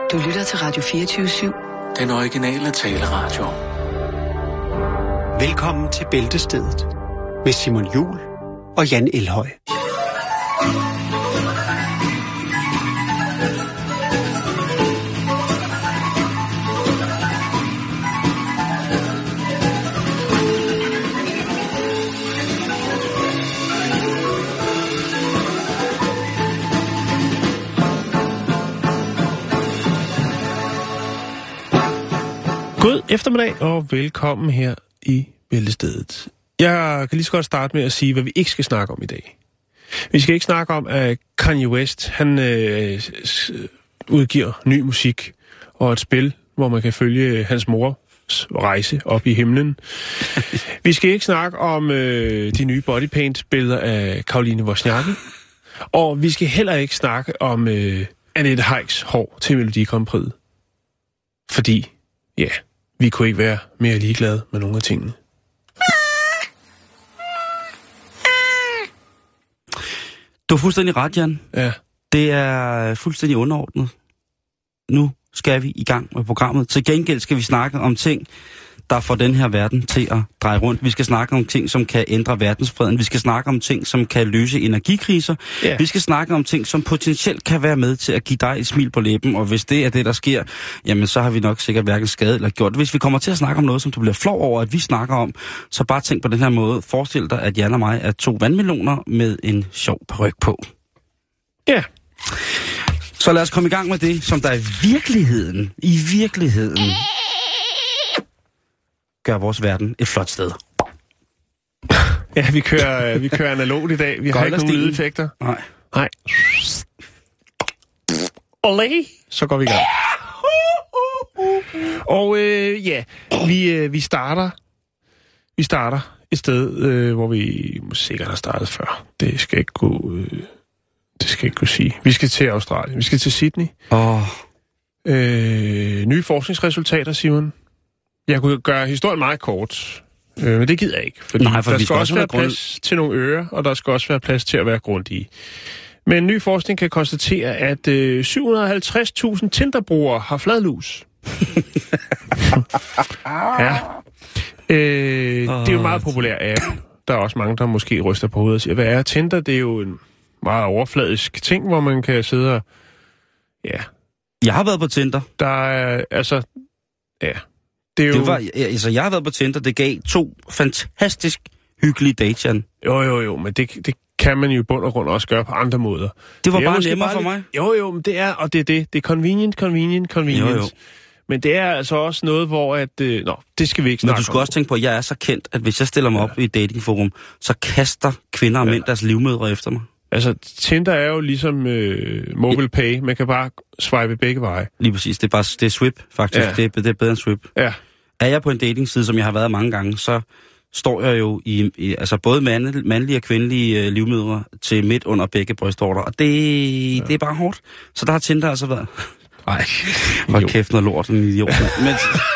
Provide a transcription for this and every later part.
Du lytter til Radio 24/7. Den originale taleradio. Velkommen til Bæltestedet med Simon Juhl og Jan Elhøj. God eftermiddag og velkommen her i Bæltestedet. Jeg kan lige så godt starte med at sige, hvad vi ikke skal snakke om i dag. Vi skal ikke snakke om, at Kanye West han udgiver ny musik og et spil, hvor man kan følge hans mors rejse op i himlen. Vi skal ikke snakke om de nye bodypaint-billeder af Caroline Wozniacki. Og vi skal heller ikke snakke om Annette Heiks hår til Melodi Grand Prix. Fordi, ja, vi kunne ikke være mere ligeglade med nogle af tingene. Du er fuldstændig ret, Jan. Ja. Det er fuldstændig underordnet. Nu skal vi i gang med programmet. Til gengæld skal vi snakke om ting, der får den her verden til at dreje rundt. Vi skal snakke om ting, som kan ændre verdensfreden. Vi skal snakke om ting, som kan løse energikriser. Ja. Vi skal snakke om ting, som potentielt kan være med til at give dig et smil på læben. Og hvis det er det, der sker, jamen så har vi nok sikkert hverken skadet eller gjort. Hvis vi kommer til at snakke om noget, som du bliver flov over, at vi snakker om, så bare tænk på den her måde. Forestil dig, at Jan og mig er 2 vandmeloner med en sjov paryk på. Ja. Så lad os komme i gang med det, som der i virkeligheden gør vores verden et flot sted. Ja, vi kører analogt i dag. Vi har ikke nogen lydeffekter. Nej. Olé! Så går vi i gang. Og ja, vi starter et sted, hvor vi sikkert har startet før. Det skal ikke gå sige. Vi skal til Australien. Vi skal til Sydney. Nye forskningsresultater, Simon. Jeg kunne gøre historien meget kort, men det gider jeg ikke. Fordi for der skal også være plads til nogle ører, og der skal også være plads til at være grundige. Men ny forskning kan konstatere, at 750.000 Tinder-brugere har fladlus. Ja. Det er jo en meget populær app. Der er også mange, der måske ryster på hovedet og siger, hvad er Tinder? Det er jo en meget overfladisk ting, hvor man kan sidde og... Ja. Jeg har været på Tinder. Der er, altså... Ja... Jeg har været på Tinder, det gav 2 fantastisk hyggelige dates, Jan. Jo, men det kan man jo i bund og grund også gøre på andre måder. Det var bare nemmere for mig. Jo, men det er, og det er det. Det er convenient. Jo. Men det er altså også noget, hvor at... det skal vi ikke snakke om. Men du skal også tænke på, at jeg er så kendt, at hvis jeg stiller mig op i et datingforum, så kaster kvinder og mænd deres livmødre efter mig. Altså, Tinder er jo ligesom MobilePay. Man kan bare swipe begge veje. Lige præcis. Det er Swip, faktisk. Ja. Det er bedre end Swip. Ja. Er jeg på en datingside, som jeg har været mange gange, så står jeg jo i altså både mandlige og kvindelige livmødre til midt under begge brystvorter. Og det er bare hårdt. Så der har Tinder altså været... Nej, hvor kæft noget lort, en idiot. Men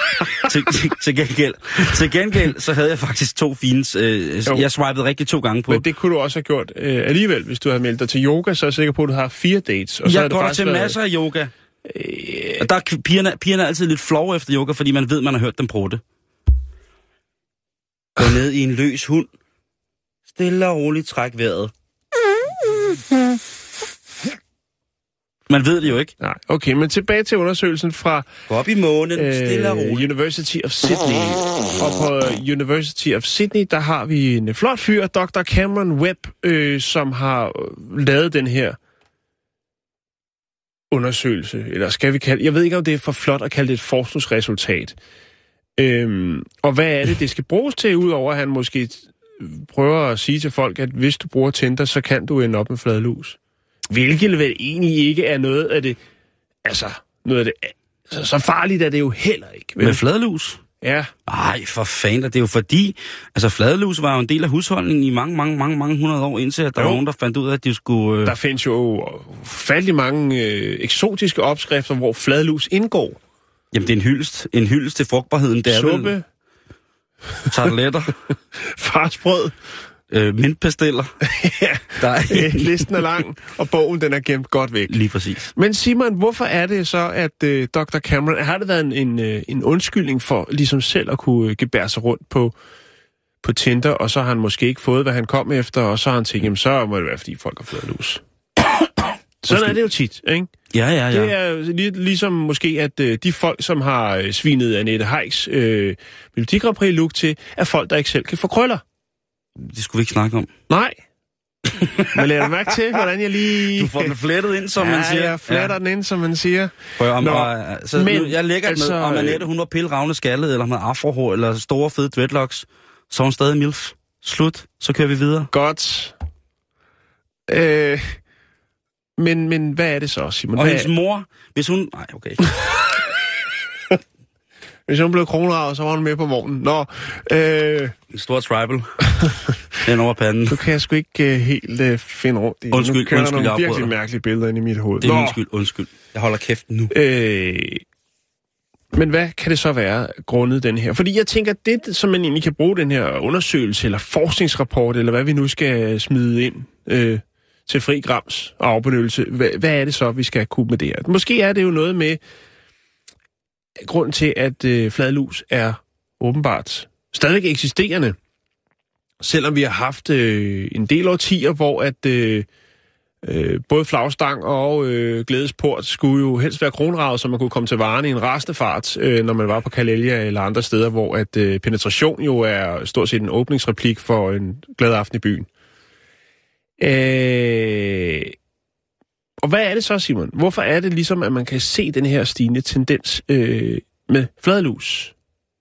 til gengæld, så havde jeg faktisk 2 fine... jeg swipede rigtig 2 gange på. Men det kunne du også have gjort alligevel, hvis du havde meldt dig til yoga, så er jeg sikker på, at du har 4 dates. Og så jeg går til masser af yoga. Og der er pigerne er altid lidt flove efter yoga, fordi man ved, man har hørt dem prutte. Gå ned i en løs hund. Stille og roligt træk vejret. Man ved det jo ikke. Nej, okay, men tilbage til undersøgelsen fra... Gå op i månen, stille og roligt. University of Sydney. Og på University of Sydney, der har vi en flot fyr, Dr. Cameron Webb, som har lavet den her undersøgelse. Eller skal vi kalde... Jeg ved ikke, om det er for flot at kalde det et forskningsresultat. Og hvad er det skal bruges til, udover at han måske prøver at sige til folk, at hvis du bruger Tinder, så kan du ende op med fladlus. Hvilket vel egentlig ikke er noget af det... Altså, noget af det... Altså, så farligt er det jo heller ikke. Vel? Med fladlus? Ja. Ej, for fanden. Det er jo fordi... Altså, fladlus var jo en del af husholdningen i mange hundrede år, indtil at der var nogen, der fandt ud af, at de skulle... Der findes jo ufattelig mange eksotiske opskrifter, hvor fladlus indgår. Jamen, det er en hyldest til frugtbarheden. Det er suppe. Tarteletter. Farsbrød. mintpasteller. Ja, listen er lang, og bogen den er gemt godt væk. Lige præcis. Men Simon, hvorfor er det så, at Dr. Cameron, har det været en undskyldning for ligesom selv at kunne gebære sig rundt på Tinder, og så har han måske ikke fået, hvad han kom efter, og så har han tænkt, jamen så må det være, fordi folk har fået lus. Sådan er det jo tit, ikke? Ja. Det er ligesom måske, at de folk, som har svinet Annette Heiks Melodi Grand Prix look til, er folk, der ikke selv kan få krøller. Det skulle vi ikke snakke om. Nej. Men lad dig mærke til, hvordan jeg lige... Du får den flettet ind, som man siger. Ja, jeg fletter den ind, som man siger. Jeg lægger altså, med, om Annette, hun var pilravne skaldet, eller med afrohår, eller store fede dreadlocks, så er hun stadig milf. Slut, så kører vi videre. Godt. Men hvad er det så, Simon? Og hendes mor, hvis hun... Nej, okay. Hvis hun blev kronravet, så var hun med på vognen. Nå, en stor tribal. Den over panden. Nu kan jeg sgu ikke helt finde rundt i. Undskyld, nu kører der nogle virkelig mærkelige billeder ind i mit hoved. Det er min undskyld. Jeg holder kæft nu. Men hvad kan det så være grundet den her? Fordi jeg tænker, det som man egentlig kan bruge den her undersøgelse, eller forskningsrapport, eller hvad vi nu skal smide ind til fri grams og afbenyttelse, hvad er det så, vi skal kunne med det her? Måske er det jo noget med grunden til, at fladlus er åbenbart stadig eksisterende. Selvom vi har haft en del årtier, hvor at både flagstang og glædesport skulle jo helst være kronraget, så man kunne komme til varerne i en rasende fart, når man var på Kalalja eller andre steder, hvor at penetration jo er stort set en åbningsreplik for en glad aften i byen. Og hvad er det så, Simon? Hvorfor er det ligesom, at man kan se den her stigende tendens med fladlus?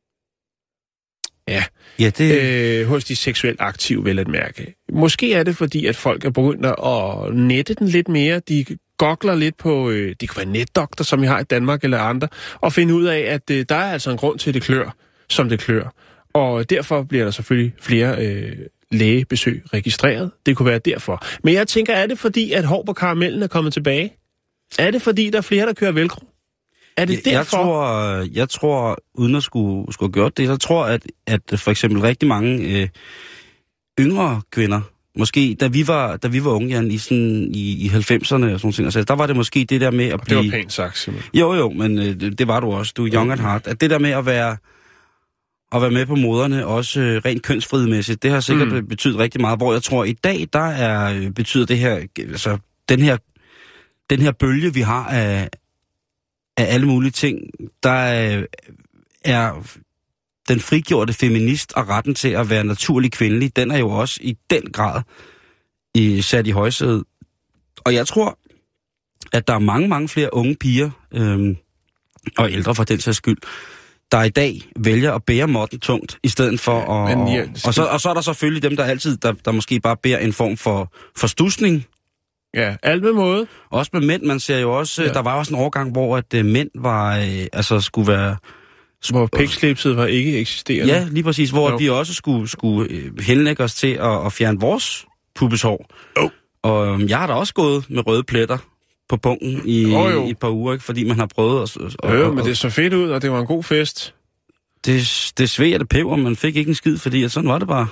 Ja, det... hos de seksuelt aktive, vel at mærke. Måske er det, fordi at folk er begyndt at nette den lidt mere. De googler lidt på, det kan være netdoktor, som vi har i Danmark eller andre, og finde ud af, at der er altså en grund til, at det klør, som det klør. Og derfor bliver der selvfølgelig flere lægebesøg registreret. Det kunne være derfor. Men jeg tænker, er det fordi, at hår på karamellen er kommet tilbage? Er det fordi, der er flere, der kører velcro? Er det derfor? Jeg tror, uden at skulle have gjort det, så tror jeg, at for eksempel rigtig mange yngre kvinder, måske da vi var unge, Jan, i 90'erne og sådan ting, altså, der var det måske det der med at blive... Det var pænt sagt, Simon. Jo, men det var du også. Du er young at heart. At det der med at være med på moderne, også rent kønsfrihedsmæssigt, det har sikkert betydet rigtig meget. Hvor jeg tror, i dag, betyder det her, altså den her bølge, vi har af alle mulige ting, der er den frigjorte feminist og retten til at være naturlig kvindelig, den er jo også i den grad sat i højsædet. Og jeg tror, at der er mange, mange flere unge piger, og ældre for den sags skyld, der i dag vælger at bære måtten tungt, i stedet for at... Og så er der selvfølgelig dem, der altid, der måske bare bærer en form for forstudsning. Ja, alt med måde. Også med mænd, man ser jo også... Der var også en overgang, hvor at mænd var, skulle være... Hvor pikslipset var ikke eksisterende. Ja, lige præcis. Hvor vi også skulle henlægge os til at fjerne vores pubeshår. Og jeg har da også gået med røde pletter på punkten i et par uger, ikke? Fordi man har prøvet at... men det så fedt ud, og det var en god fest. Det sved af det peber, man fik ikke en skid, fordi sådan var det bare.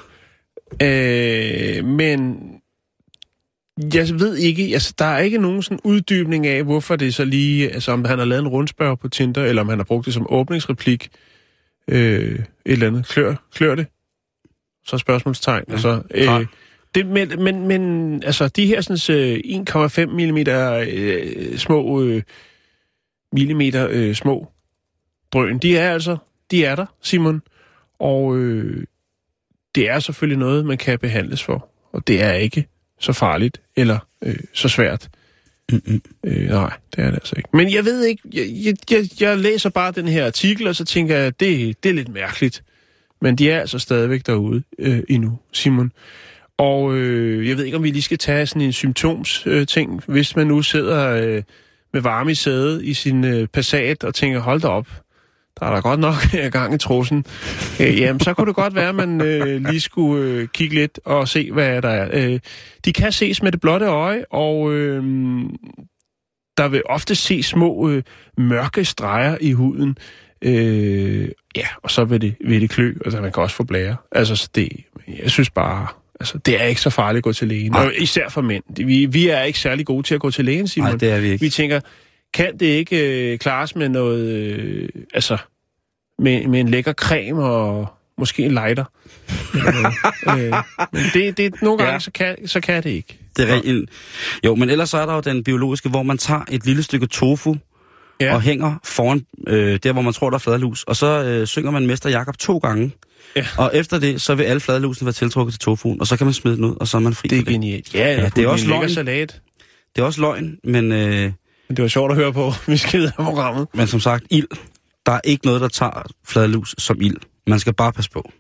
Men... Jeg ved ikke, altså der er ikke nogen sådan uddybning af, hvorfor det så lige, altså om han har lavet en rundspørg på Tinder, eller om han har brugt det som åbningsreplik, et eller andet. Klør det? Så spørgsmålstegn. Ja. Altså, men altså de her sådan 1,5 mm små millimeter små drøn, de er der, Simon. Og det er selvfølgelig noget, man kan behandles for. Og det er ikke så farligt, eller så svært. Nej, det er det altså ikke. Men jeg ved ikke, jeg læser bare den her artikel, og så tænker jeg, at det er lidt mærkeligt. Men de er altså stadigvæk derude endnu, Simon. Og jeg ved ikke, om vi lige skal tage sådan en symptomsting, hvis man nu sidder med varme i sædet i sin Passat og tænker, hold da op, der er der godt nok gang i trussen. Jamen, så kunne det godt være, at man lige skulle kigge lidt og se, hvad der er. De kan ses med det blotte øje, og der vil ofte se små mørke streger i huden. Og så vil det klø, og man kan også få blære. Altså, jeg synes bare, Altså, det er ikke så farligt at gå til lægen. Og især for mænd. Vi er ikke særlig gode til at gå til lægen, Simon. Nej, det er vi ikke. Vi tænker, kan det ikke klares med noget... med en lækker creme og måske en lighter? Men det nogle gange, så kan det ikke. Det er rent. Jo, men ellers så er der jo den biologiske, hvor man tager et lille stykke tofu og hænger foran der, hvor man tror, der er fladlus. Og så synger man Mester Jakob 2 gange. Ja. Og efter det, så vil alle fladlusene være tiltrukket til tofuen, og så kan man smide den ud, og så er man fri. Det er genialt. Ja, det er også løgn. Salat. Det er også løgn, men... Men det var sjovt at høre på, vi skal videre af programmet. Men som sagt, ild. Der er ikke noget, der tager fladlus som ild. Man skal bare passe på.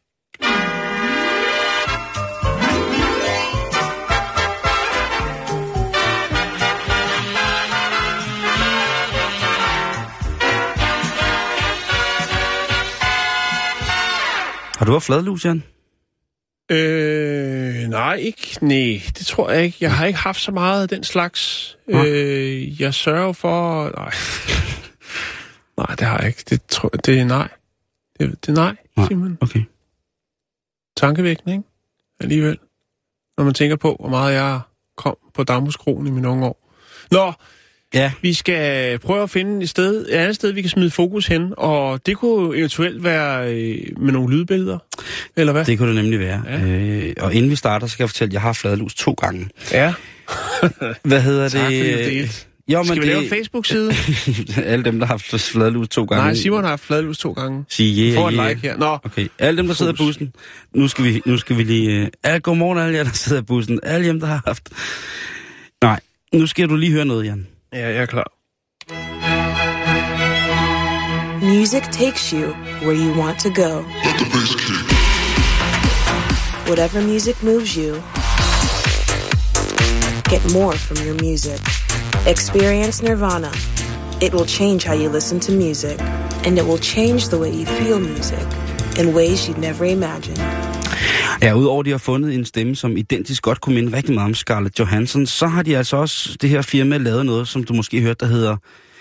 Har du haft fladlus, Jan? Nej, ikke. Nej, det tror jeg ikke. Jeg har ikke haft så meget af den slags. Jeg sørger for... Nej. Nej, det har jeg ikke. Det er nej. Det er nej, Simon. Okay. Tankevækkende, ikke? Alligevel. Når man tænker på, hvor meget jeg kom på Damhuskroen i mine unge år. Nå, ja. Vi skal prøve at finde et andet sted, vi kan smide fokus hen, og det kunne eventuelt være med nogle lydbilleder, eller hvad? Det kunne det nemlig være. Ja. Og inden vi starter, så skal jeg fortælle, at jeg har fladlus 2 gange. Ja. Hvad hedder tak, det? Jo, skal vi lave en Facebook-side? Alle dem, der har haft fladlus 2 gange. Nej, Simon har haft fladlus 2 gange. Sige får et like her. Nå. Okay, alle dem, der sidder i bussen. Nu skal vi lige... godmorgen alle jer, der sidder i bussen. Alle dem, der har haft... Nej, nu skal du lige høre noget, Jan. Ja, jeg er klar. Music takes you where you want to go. Whatever music moves you, get more from your music. Experience Nirvana. It will change how you listen to music, and it will change the way you feel music in ways you'd never imagined. Ja, udover de har fundet en stemme, som identisk godt kunne minde rigtig meget om Scarlett Johansson, så har de altså også, det her firma, lavet noget, som du måske hørte, der hedder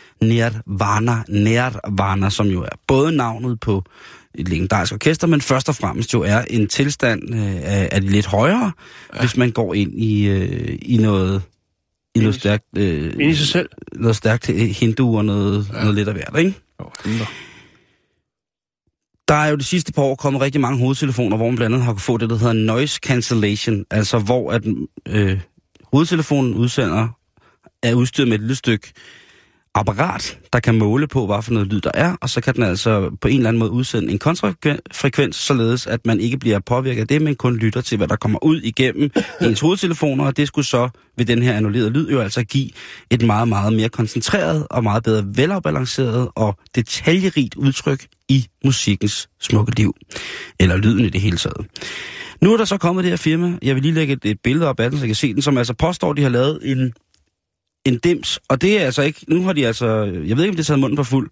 Nirvana, som jo er både navnet på et legendarisk orkester, men først og fremmest jo er en tilstand af de lidt højere, hvis man går ind i noget stærkt... ind i sig selv? Noget stærkt hindu og noget lidt af hvert, ikke? Der er jo de sidste par år kommet rigtig mange hovedtelefoner, hvor man blandt andet har kunnet få det, der hedder noise cancellation, altså hvor at hovedtelefonen udsender er udstyret med et lille stykke apparat, der kan måle på, hvad for noget lyd der er, og så kan den altså på en eller anden måde udsende en kontrafrekvens, således at man ikke bliver påvirket af det, men kun lytter til, hvad der kommer ud igennem ens hovedtelefoner, og det skulle så ved den her annullerede lyd jo altså give et meget, meget mere koncentreret og meget bedre velafbalanceret og detaljerigt udtryk i musikkens smukke liv, eller lyden i det hele taget. Nu er der så kommet det her firma, jeg vil lige lægge et billede op af den, så jeg kan se den, som altså påstår, de har lavet en dims, og det er altså ikke, nu har de altså, jeg ved ikke, om det er taget munden på fuld,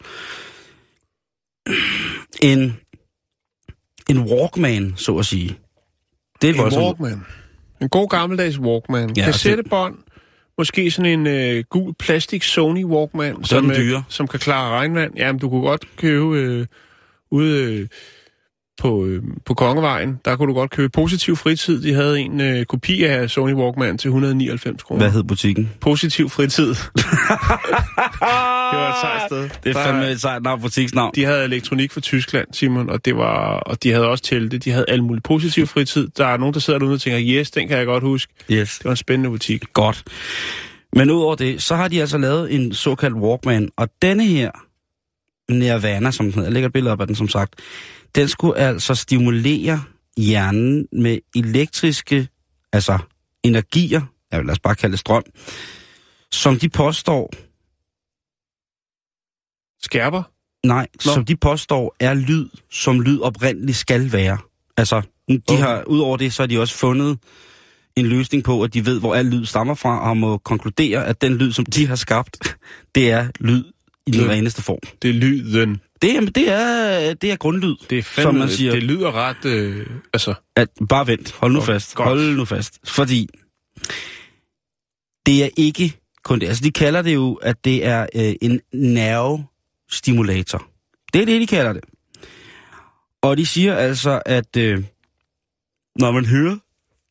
en Walkman, så at sige. Det er en Walkman. En god gammeldags Walkman. Ja, kassettebånd, måske sådan en gul plastik Sony Walkman, som kan klare regnvand. Jamen, du kunne godt købe ude på Kongevejen, der kunne du godt købe Positiv Fritid. De havde en kopi af Sony Walkman til 199 kroner. Hvad hed butikken? Positiv Fritid. Det var et sejt sted. Det er fandme et sejt navn, butiksnavn. De havde elektronik fra Tyskland, Simon, og de havde også telte. De havde alt muligt Positiv Fritid. Der er nogen, der sidder derude og tænker, yes, den kan jeg godt huske. Yes. Det var en spændende butik. Godt. Men udover det, så har de altså lavet en såkaldt Walkman, og denne her Nirvana, som den hedder, jeg lægger et billede op af den, som sagt, den skulle altså stimulere hjernen med elektriske, altså energier, jeg vil lad os bare kalde det strøm, som de påstår... Skærper? Nej, som de påstår er lyd, som lyd oprindeligt skal være. Altså, har, udover det, så har de også fundet en løsning på, at de ved, hvor al lyd stammer fra, og må konkludere, at den lyd, som de har skabt, det er lyd i den reneste form. Det er lyden. Det er grundlyd, det er fandme, som man siger. Det lyder ret, At, bare vent, hold nu fast. Godt. Hold nu fast. Fordi det er ikke kun det. Altså, de kalder det jo, at det er en nervestimulator. Det er det, de kalder det. Og de siger altså, at når man hører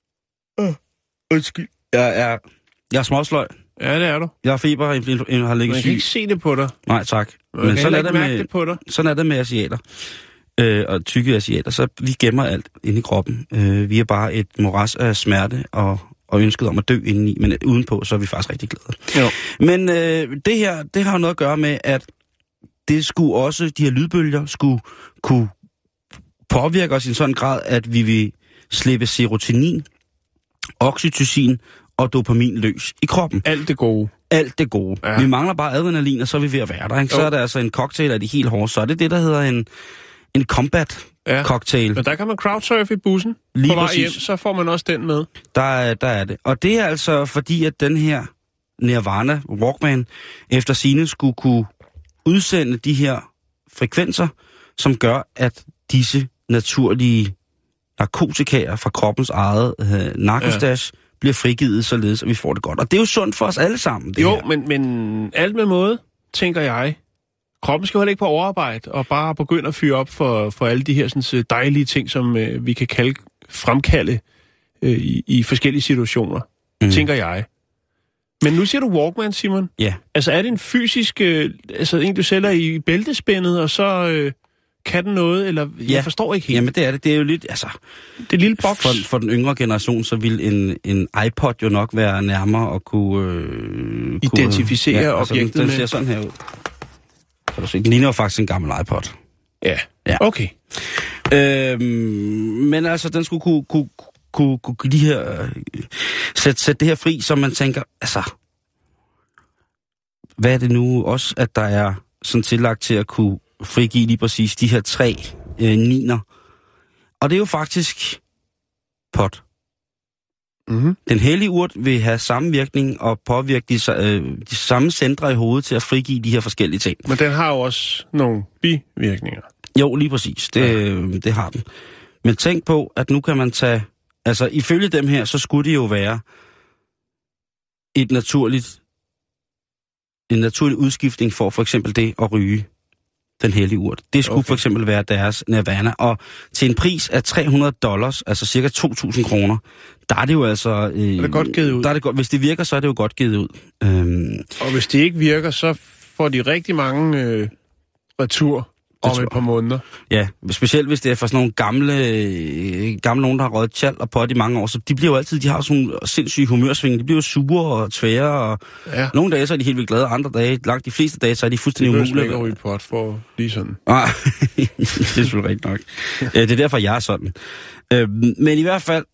Undskyld. Jeg er småsløj. Ja, det er du. Jeg har feber, og har ligget Man syg. kan ikke se det på dig. Nej, tak. Men sådan er det med asiater. Og tykke asiater. Så vi gemmer alt inde i kroppen. Vi er bare et moras af smerte og ønsket om at dø indeni. Men udenpå, så er vi faktisk rigtig glade. Jo. Men det her, det har jo noget at gøre med, at det skulle også, de her lydbølger, skulle kunne påvirke os i en sådan grad, at vi vil slippe serotonin, oxytocin og dopamin løs i kroppen. Alt det gode. Alt det gode. Ja. Vi mangler bare adrenalin, og så er vi ved at være der. Ikke? Så er der altså en cocktail af de helt hårde. Så er det det, der hedder en combat cocktail. Men der kan man crowdsurfe i bussen. Lige på vej præcis. hjem, så får man også den med. Der er det. Og det er altså fordi, at den her Nirvana Walkman efter sigende skulle kunne udsende de her frekvenser, som gør, at disse naturlige narkotikaer fra kroppens eget narkostash bliver frigivet således, at vi får det godt. Og det er jo sundt for os alle sammen, det jo, her. men alt med måde, tænker jeg. Kroppen skal jo ikke på overarbejde og bare begynde at fyre op for alle de her sådan, dejlige ting, som vi kan fremkalde i forskellige situationer, tænker jeg. Men nu siger du Walkman, Simon. Ja. Altså er det en fysisk, altså en du sælger i bæltespændet, og så kan den noget, eller jeg forstår ikke helt. Jamen det er det. Det er jo lidt, altså... Det er en lille boks. For den yngre generation, så vil en iPod jo nok være nærmere at kunne... identificere objektet den med. ser sådan her ud. Kan du se? Den ligner jo faktisk en gammel iPod. Ja. Okay. Men altså, den skulle kunne de her... Sætte det her fri, så man tænker, altså... Hvad er det nu også, at der er sådan tillagt til at kunne frigive lige præcis de her 3 niner? Og det er jo faktisk pot. Mm-hmm. Den hellige urt vil have samme virkning og påvirke de samme centre i hovedet til at frigive de her forskellige ting. Men den har jo også nogle bivirkninger. Jo, lige præcis. Det har den. Men tænk på, at nu kan man tage... Altså, ifølge dem her, så skulle det jo være en naturlig udskiftning for eksempel det at ryge den hellige urt. Det skulle for eksempel være deres Nirvana. Og til en pris af $300, altså cirka 2.000 kroner, der er det jo altså... er det godt givet ud? Der er det godt, hvis det virker, så er det jo godt givet ud. Og hvis det ikke virker, så får de rigtig mange retur om et par måneder. Ja, specielt hvis det er for sådan nogle gamle nogen, der har røget tjal og pot i mange år, så de bliver jo altid, de har sådan nogle sindssyge humørsving, de bliver jo sure og tvære, og nogle dage så er de helt vildt glade, andre dage, langt de fleste dage, så er de fuldstændig umulige. De behøver ikke at ryge pot for lige sådan. Nej, det er selvfølgelig rigtigt nok. Det er derfor, jeg er sådan. Men i hvert fald,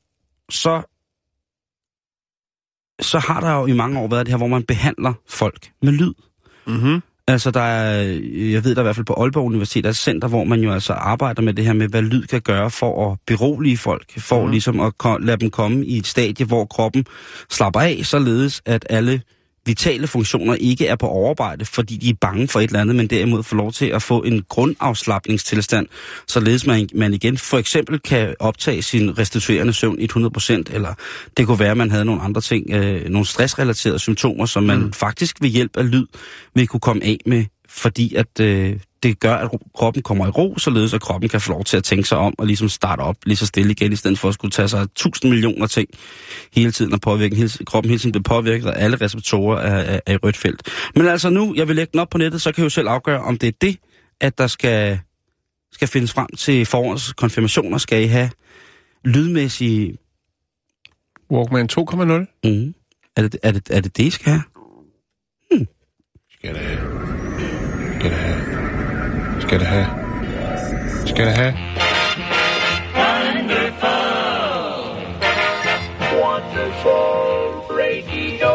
så har der jo i mange år været det her, hvor man behandler folk med lyd. Mhm. Altså, jeg ved der i hvert fald på Aalborg Universitet er et center, hvor man jo altså arbejder med det her med, hvad lyd kan gøre for at berolige folk, for ligesom at lade dem komme i et stadie, hvor kroppen slapper af, således at alle vitale funktioner ikke er på overarbejde, fordi de er bange for et eller andet, men derimod får lov til at få en grundafslapningstilstand, således man igen for eksempel kan optage sin restituerende søvn 100%, eller det kunne være, at man havde nogle andre ting, nogle stressrelaterede symptomer, som man faktisk ved hjælp af lyd vil kunne komme af med, fordi at det gør, at kroppen kommer i ro, således at kroppen kan få lov til at tænke sig om og ligesom starte op lige så stille igen, i stedet for at skulle tage sig 1000 millioner ting hele tiden og påvirke. Kroppen hele tiden bliver påvirket, og alle receptorer er i rødt felt. Men altså nu, jeg vil lægge den op på nettet, så kan jeg jo selv afgøre, om det er det, at der skal findes frem til forårets konfirmationer. Skal I have lydmæssige... Walkman 2.0? Mm. Er det det, I skal have? Skal det have. Skal det have. Skal det have. Wonderful radio.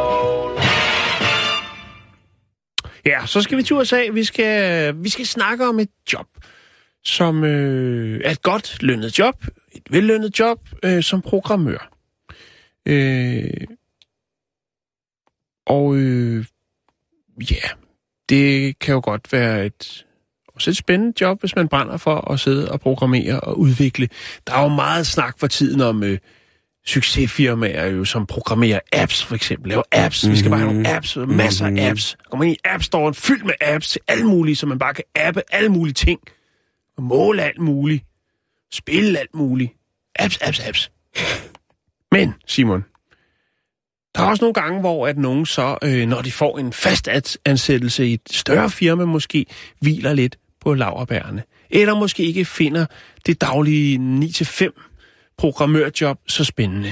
Ja, så skal vi til USA. Vi skal snakke om et job, som er et godt lønnet job. Et vellønnet job som programmør. Det kan jo godt være også et spændende job, hvis man brænder for at sidde og programmere og udvikle. Der er jo meget snak for tiden om succesfirmaer, jo, som programmerer apps, for eksempel. Laver apps. Vi skal bare have nogle apps, masser af apps. Kommer ind i appstoren fyldt med apps til alle mulige, så man bare kan appe alle mulige ting. Og måle alt muligt. Spille alt muligt. Apps. Men, Simon, Der er også nogle gange, hvor at nogen så, når de får en fast ansættelse i et større firma, måske hviler lidt på laurbærrene. Eller måske ikke finder det daglige 9-5 programmørjob så spændende.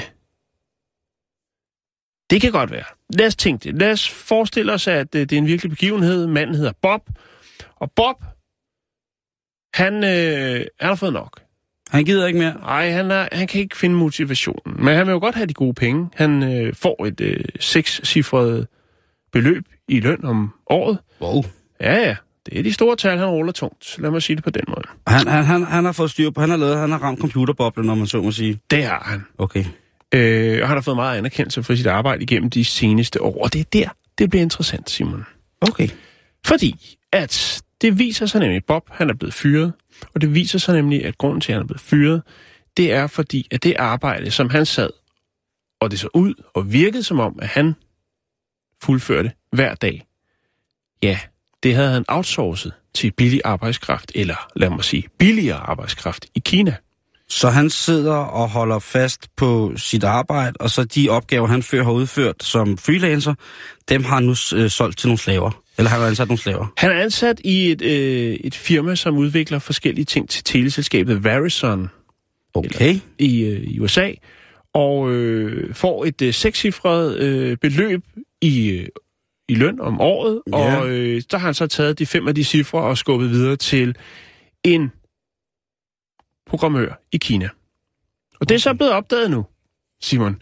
Det kan godt være. Lad os tænke det. Lad os forestille os, at det er en virkelig begivenhed. Manden hedder Bob. Og Bob, han har fået nok. Han gider ikke mere? Nej, han kan ikke finde motivationen. Men han vil jo godt have de gode penge. Han får et 6-cifret beløb i løn om året. Wow. Ja. Det er de store tal, han ruller tungt. Lad mig sige det på den måde. Han har fået styr på, han har ramt computerboblen, når man så må sige. Det har han. Okay. Og han har fået meget anerkendelse for sit arbejde igennem de seneste år. Og det er der, det bliver interessant, Simon. Okay. Fordi at det viser sig nemlig, at Bob han er blevet fyret. Og det viser sig nemlig, at grunden til, at han er blevet fyret, det er fordi, at det arbejde, som han sad, og det så ud og virkede som om, at han fuldførte hver dag. Ja, det havde han outsourcet til billig arbejdskraft, eller lad mig sige, billigere arbejdskraft i Kina. Så han sidder og holder fast på sit arbejde, og så de opgaver, han før har udført som freelancer, dem har han nu solgt til nogle slaver. Eller har han ansat nogle slaver? Han er ansat i et firma, som udvikler forskellige ting til teleselskabet Verizon. Okay. I USA. Og får et 6-cifret beløb i løn om året. Yeah. Og der har han så taget de 5 af de cifre og skubbet videre til en programmør i Kina. Og det er så blevet opdaget nu, Simon.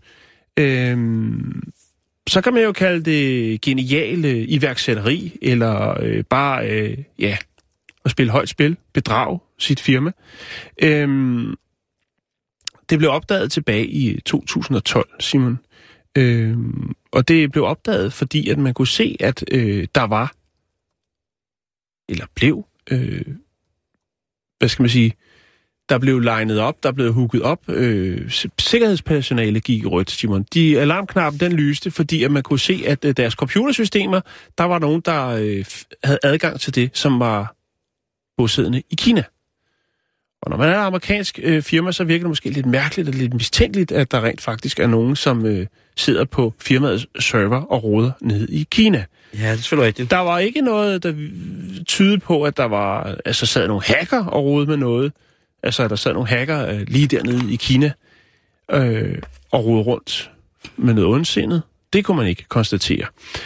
Så kan man jo kalde det geniale iværksætteri, eller bare at spille højt spil, bedrage sit firma. Det blev opdaget tilbage i 2012, Simon. Og det blev opdaget, fordi at man kunne se, at der var, eller blev, hvad skal man sige, der blev legnet op, der blev hooket op. Sikkerhedspersonale gik i rødt, Simon. Alarmknappen, den lyste, fordi at man kunne se, at deres computersystemer, der var nogen, der havde adgang til det, som var bosiddende i Kina. Og når man er et amerikansk firma, så virker det måske lidt mærkeligt og lidt mistænkeligt, at der rent faktisk er nogen, som sidder på firmaets server og roder nede i Kina. Ja, det er selvfølgelig rigtigt. Der var ikke noget, der tydede på, at der var, altså sad nogle hacker og rodede med noget. Altså, der sad nogle hacker lige dernede i Kina og rodede rundt med noget ondsindet. Det kunne man ikke konstatere.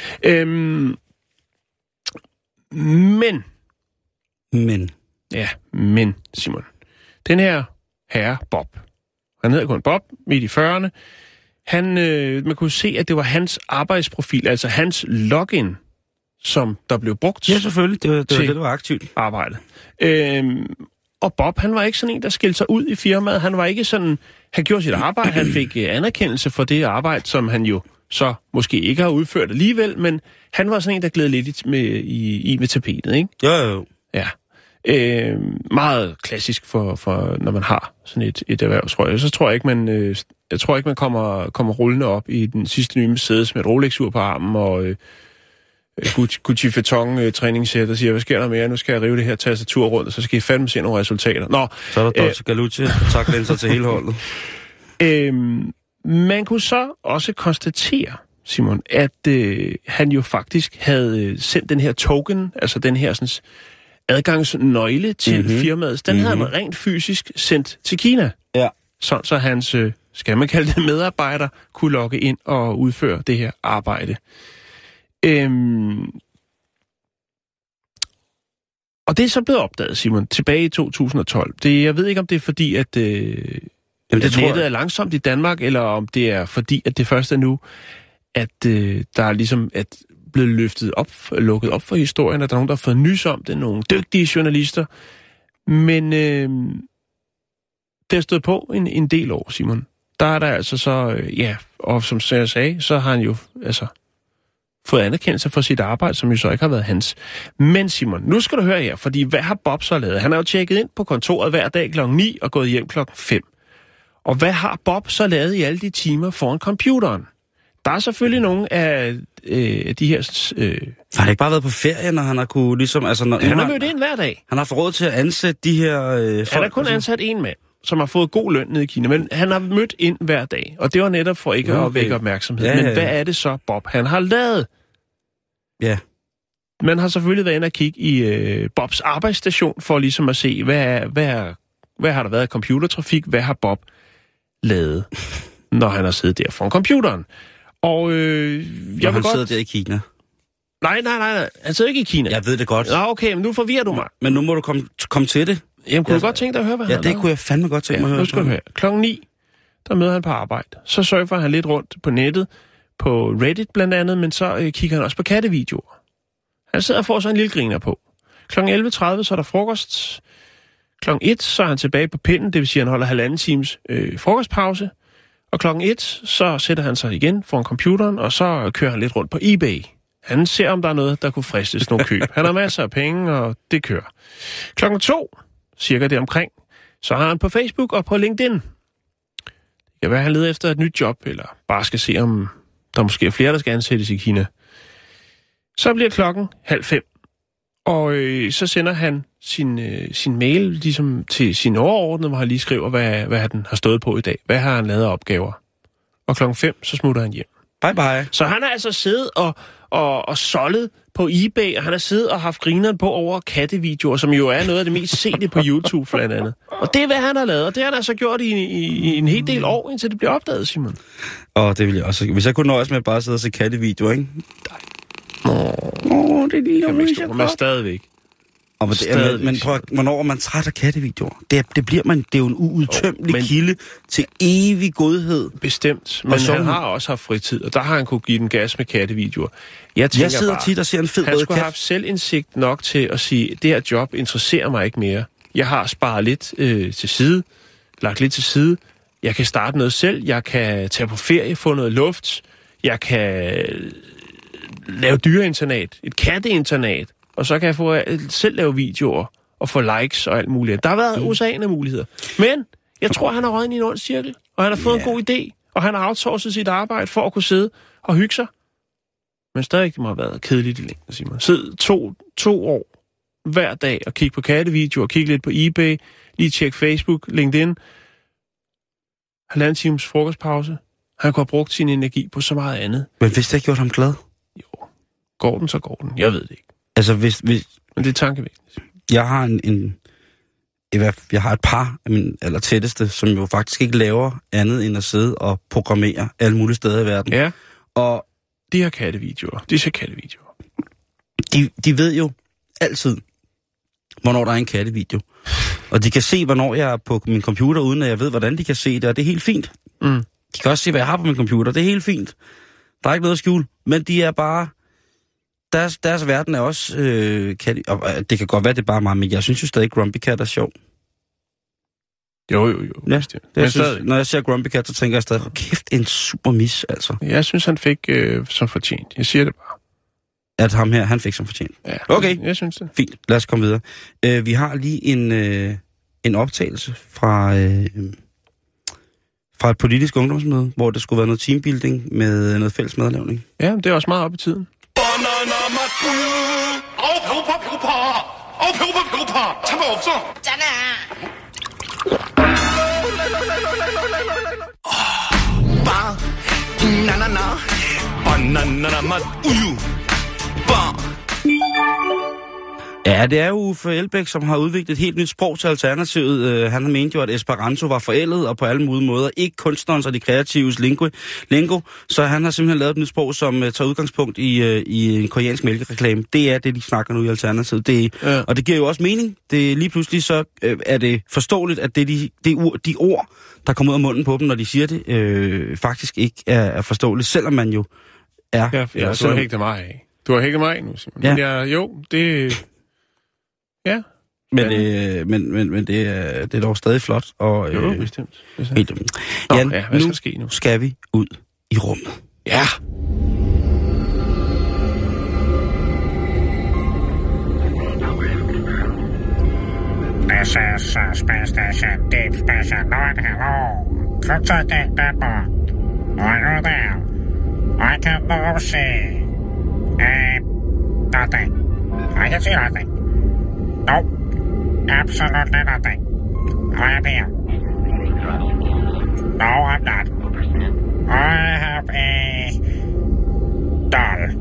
Men, Simon. Den her herre, Bob, han hedder kun Bob, midt i 40'erne, man kunne se, at det var hans arbejdsprofil, altså hans login, som der blev brugt. Ja, selvfølgelig. Det var det, der var aktivt. Arbejde. Og Bob, han var ikke sådan en, der skilte sig ud i firmaet. Han var ikke sådan, han gjorde sit arbejde, han fik anerkendelse for det arbejde, som han jo så måske ikke har udført alligevel, men han var sådan en, der gled lidt med tapetet, ikke? Jo. Ja. Meget klassisk for når man har sådan et erhvervsrøg. Så tror jeg ikke, man kommer rullende op i den sidste nye Mercedes med et Rolex-ur på armen og Gucci Vuitton træningssæt og siger, hvad sker der mere? Nu skal jeg rive det her tastatur rundt, og så skal I fandme se nogle resultater. Nå, så er der Dolce Galucci kontaktlinser til hele holdet. Man kunne så også konstatere, Simon, at han jo faktisk havde sendt den her token, altså den her sådan, adgangsnøgle til firmaet. Den havde han rent fysisk sendt til Kina. Ja. Så hans, skal man kalde det, medarbejder kunne logge ind og udføre det her arbejde. Og det er så blevet opdaget, Simon, tilbage i 2012. Jeg ved ikke, om det er fordi, at nettet er langsomt i Danmark, eller om det er fordi, at det først er nu, at der er ligesom blevet lukket op for historien, at der er nogen, der har fået nys om det, nogle dygtige journalister. Men det har stået på en del år, Simon. Der er der altså så, og som jeg sagde, så har han jo fået anerkendelse for sit arbejde, som jo så ikke har været hans. Men Simon, nu skal du høre her, fordi hvad har Bob så lavet? Han har jo tjekket ind på kontoret hver dag kl. 9 og gået hjem kl. 5. Og hvad har Bob så lavet i alle de timer foran computeren? Der er selvfølgelig nogle af de her... Har han ikke bare været på ferie, når han har kunne ligesom... Altså, han har mødt ind hver dag. Han har fået råd til at ansætte de her folk... Han har kun ansat en mand. som har fået god løn nede i Kina, men han har mødt ind hver dag, og det var netop for ikke at vække opmærksomhed. Ja. Men hvad er det så, Bob, han har lavet? Ja. Man har selvfølgelig været inde og kigge i Bobs arbejdsstation, for ligesom at se, hvad har der været af computertrafik, hvad har Bob lavet, når han har siddet der foran computeren. Og han sidder der i Kina. Nej. Han sidder ikke i Kina. Jeg ved det godt. Nå, okay, men nu forvirrer du mig. Men nu må du komme til det. Jamen, kunne du godt tænke dig at høre, hvad han har lavet? Ja, det kunne jeg fandme godt tænke mig at høre. Nu skal du høre. Klokken 9, der møder han på arbejde. Så surfer han lidt rundt på nettet, på Reddit blandt andet, men så kigger han også på kattevideoer. Han sidder og får så en lille griner på. Klokken 11.30, så er der frokost. Klokken 1, så er han tilbage på pinden, det vil sige, at han holder 1,5 times frokostpause. Og klokken 1, så sætter han sig igen foran computeren, og så kører han lidt rundt på eBay. Han ser, om der er noget, der kunne fristes nogle køb. Han har masser af penge, og det kører. Klokken 2, cirka det omkring, så har han på Facebook og på LinkedIn. Det kan være, at han leder efter et nyt job, eller bare skal se, om der måske er flere, der skal ansættes i Kina. Så bliver klokken 4:30, og så sender han sin mail ligesom til sin overordnede, hvor han lige skriver, hvad han har stået på i dag. Hvad har han lavet af opgaver? Og klokken 5, så smutter han hjem. Bye bye. Så han har altså siddet og soldet på eBay, og han har siddet og haft grineren på over kattevideoer, som jo er noget af det mest sete på YouTube blandt andet. Og det er, hvad han har lavet, og det har han altså gjort i en hel del år, indtil det bliver opdaget, Simon. Og det vil jeg også. Hvis jeg kunne nøjes med at bare sidde og se kattevideoer, ikke? Det er lille øje, men stadigvæk. Men prøv, hvornår er man træt af kattevideoer? Det bliver man. Det er jo en uudtømmelig kilde til evig godhed. Bestemt. Men han har også haft fritid, og der har han kunne give den gas med kattevideoer. Jeg sidder bare, tit og ser en fed han skulle have haft selvindsigt nok til at sige, det her job interesserer mig ikke mere. Jeg har sparet lidt til side, lagt lidt til side. Jeg kan starte noget selv. Jeg kan tage på ferie, få noget luft. Jeg kan lave dyreinternat, et katteinternat. Og så kan jeg selv lave videoer og få likes og alt muligt. Der har været oceaner muligheder. Men jeg tror, han har røget ind i en ond cirkel, og han har fået en god idé, og han har outsourcet sit arbejde for at kunne sidde og hygge sig. Men stadig det må have været kedeligt i længden, Simon. Sid 2 år hver dag og kigge på kattevideoer, kigge lidt på eBay, lige tjekke Facebook, LinkedIn. 1,5 times frokostpause. Han kunne have brugt sin energi på så meget andet. Men hvis det ikke gjort ham glad? Jo. Går den, så går den. Jeg ved det ikke. Altså, hvis... Men det er tankevækkende. Jeg har jeg har et par af mine allertætteste, som jo faktisk ikke laver andet end at sidde og programmere alle mulige steder i verden. Ja. Og de har kattevideoer. De ser kattevideoer. De ved jo altid, hvornår der er en kattevideo. Og de kan se, hvornår jeg er på min computer, uden at jeg ved, hvordan de kan se det, og det er helt fint. Mm. De kan også se, hvad jeg har på min computer. Det er helt fint. Der er ikke noget at skjule. Men de er bare... Deres verden er også... det kan godt være, det er bare mig, men jeg synes jo stadig, Grumpy Cat er sjov. Jo. Ja, når jeg ser Grumpy Cat, så tænker jeg stadig, kæft, en super mis, altså. Jeg synes, han fik som fortjent. Jeg siger det bare. At ham her, han fik som fortjent. Ja, okay. Jeg synes det. Fint, lad os komme videre. Vi har lige en optagelse fra et politisk ungdomsmøde, hvor der skulle være noget teambuilding med noget fælles madlavning. Ja, det er også meget op i tiden. Ja, det er jo Uffe Elbæk, som har udviklet et helt nyt sprog til Alternativet. Han har ment jo, at Esperanto var forældet og på alle mulige måder ikke kunstnerens og de kreatives lingo. Så han har simpelthen lavet et nyt sprog, som tager udgangspunkt i en koreansk mælkereklame. Det er det, de snakker nu i Alternativet. Og det giver jo også mening. Det lige pludselig så er det forståeligt, at de ord, der kommer ud af munden på dem, når de siger det, faktisk ikke er forståeligt, selvom man jo er... Ja, du har hægtet mig af. Du har hægtet mig af nu, Simon. Ja. Men det... Ja. Men det er dog stadig flot. Og, jo, bestemt. Jan, hvad skal ske nu? Skal vi ud i rummet. Ja. This is Space Station, Deep Station 9, hello. Contact Denmark. Are you there? I can now see... nothing. I can see nothing. Nope. Absolutely nothing. I am here. No, I'm not. I have a doll.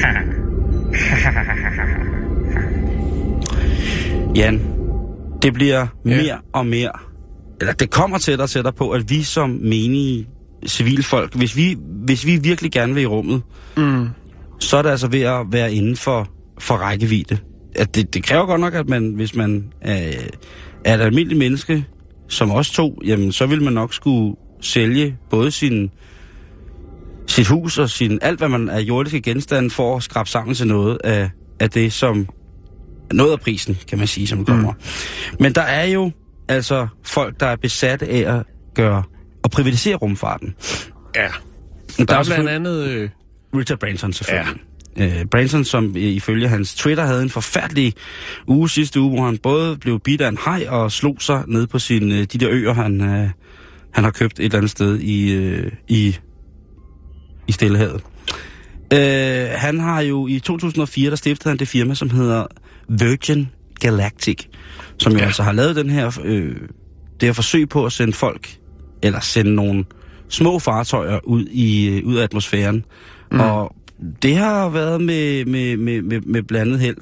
Jan, det bliver mere og mere, eller det kommer tættere på, at vi som menige civilfolk, hvis vi virkelig gerne vil i rummet, så er det altså ved at være inden for rækkevidde. At det kræver godt nok, at man, hvis man er et almindeligt menneske, som os to, jamen så vil man nok skulle sælge både sit hus og alt, hvad man er jordiske genstande, for at skrabe sammen til noget af det, som noget af prisen, kan man sige, som kommer. Men der er jo altså folk, der er besatte af at privatisere rumfarten. Ja. Der er blandt andet Richard Branson selvfølgelig. Ja. Branson, som ifølge hans Twitter havde en forfærdelig uge sidste uge, hvor han både blev bidt af en haj og slog sig ned på de der øer, han har købt et eller andet sted i Stillehavet. Han har jo i 2004, der stiftede han det firma, som hedder Virgin Galactic, som jo altså har lavet det her forsøg på at sende folk, eller sende nogle små fartøjer ud af atmosfæren. Og det har været med blandet held.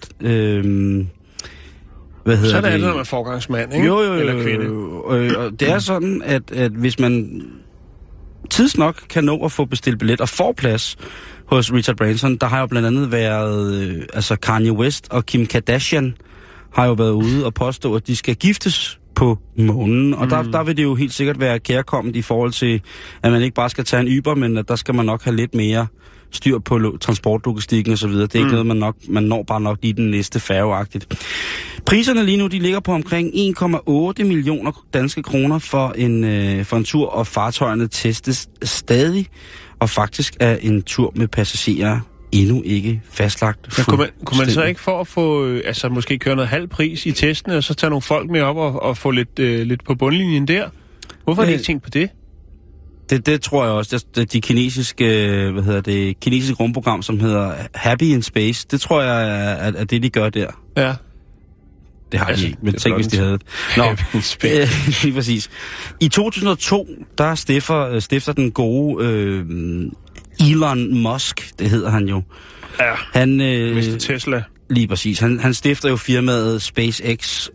Så er det andet, når man er forgangsmand, ikke? Jo. Eller kvinde. Og det er sådan, at hvis man tidsnok kan nå at få bestilt billet og får plads hos Richard Branson, der har jo blandt andet været, Kanye West og Kim Kardashian har jo været ude og påstå, at de skal giftes på månen. Og der vil det jo helt sikkert være kærkomment i forhold til, at man ikke bare skal tage en Uber, men at der skal man nok have lidt mere styr på transportlogistikken og så videre. Det er ikke noget, man når bare nok lige den næste færgeagtigt. Priserne lige nu, de ligger på omkring 1,8 millioner danske kroner for en tur, og fartøjerne testes stadig, og faktisk er en tur med passagerer endnu ikke fastlagt. Ja, kunne man så ikke for at få, måske køre noget halv pris i testene, og så tage nogle folk med op og få lidt på bundlinjen der? Hvorfor har de ikke tænkt på det? Det tror jeg også. De kinesiske rumprogram, som hedder Happy in Space, det tror jeg er det, de gør der. Ja. Det har de ikke, men tænk, hvis de havde det. Nå, lige præcis. I 2002, der stifter den gode Elon Musk, det hedder han jo. Ja, han, Mr. Tesla. Lige præcis. Han stifter jo firmaet SpaceX,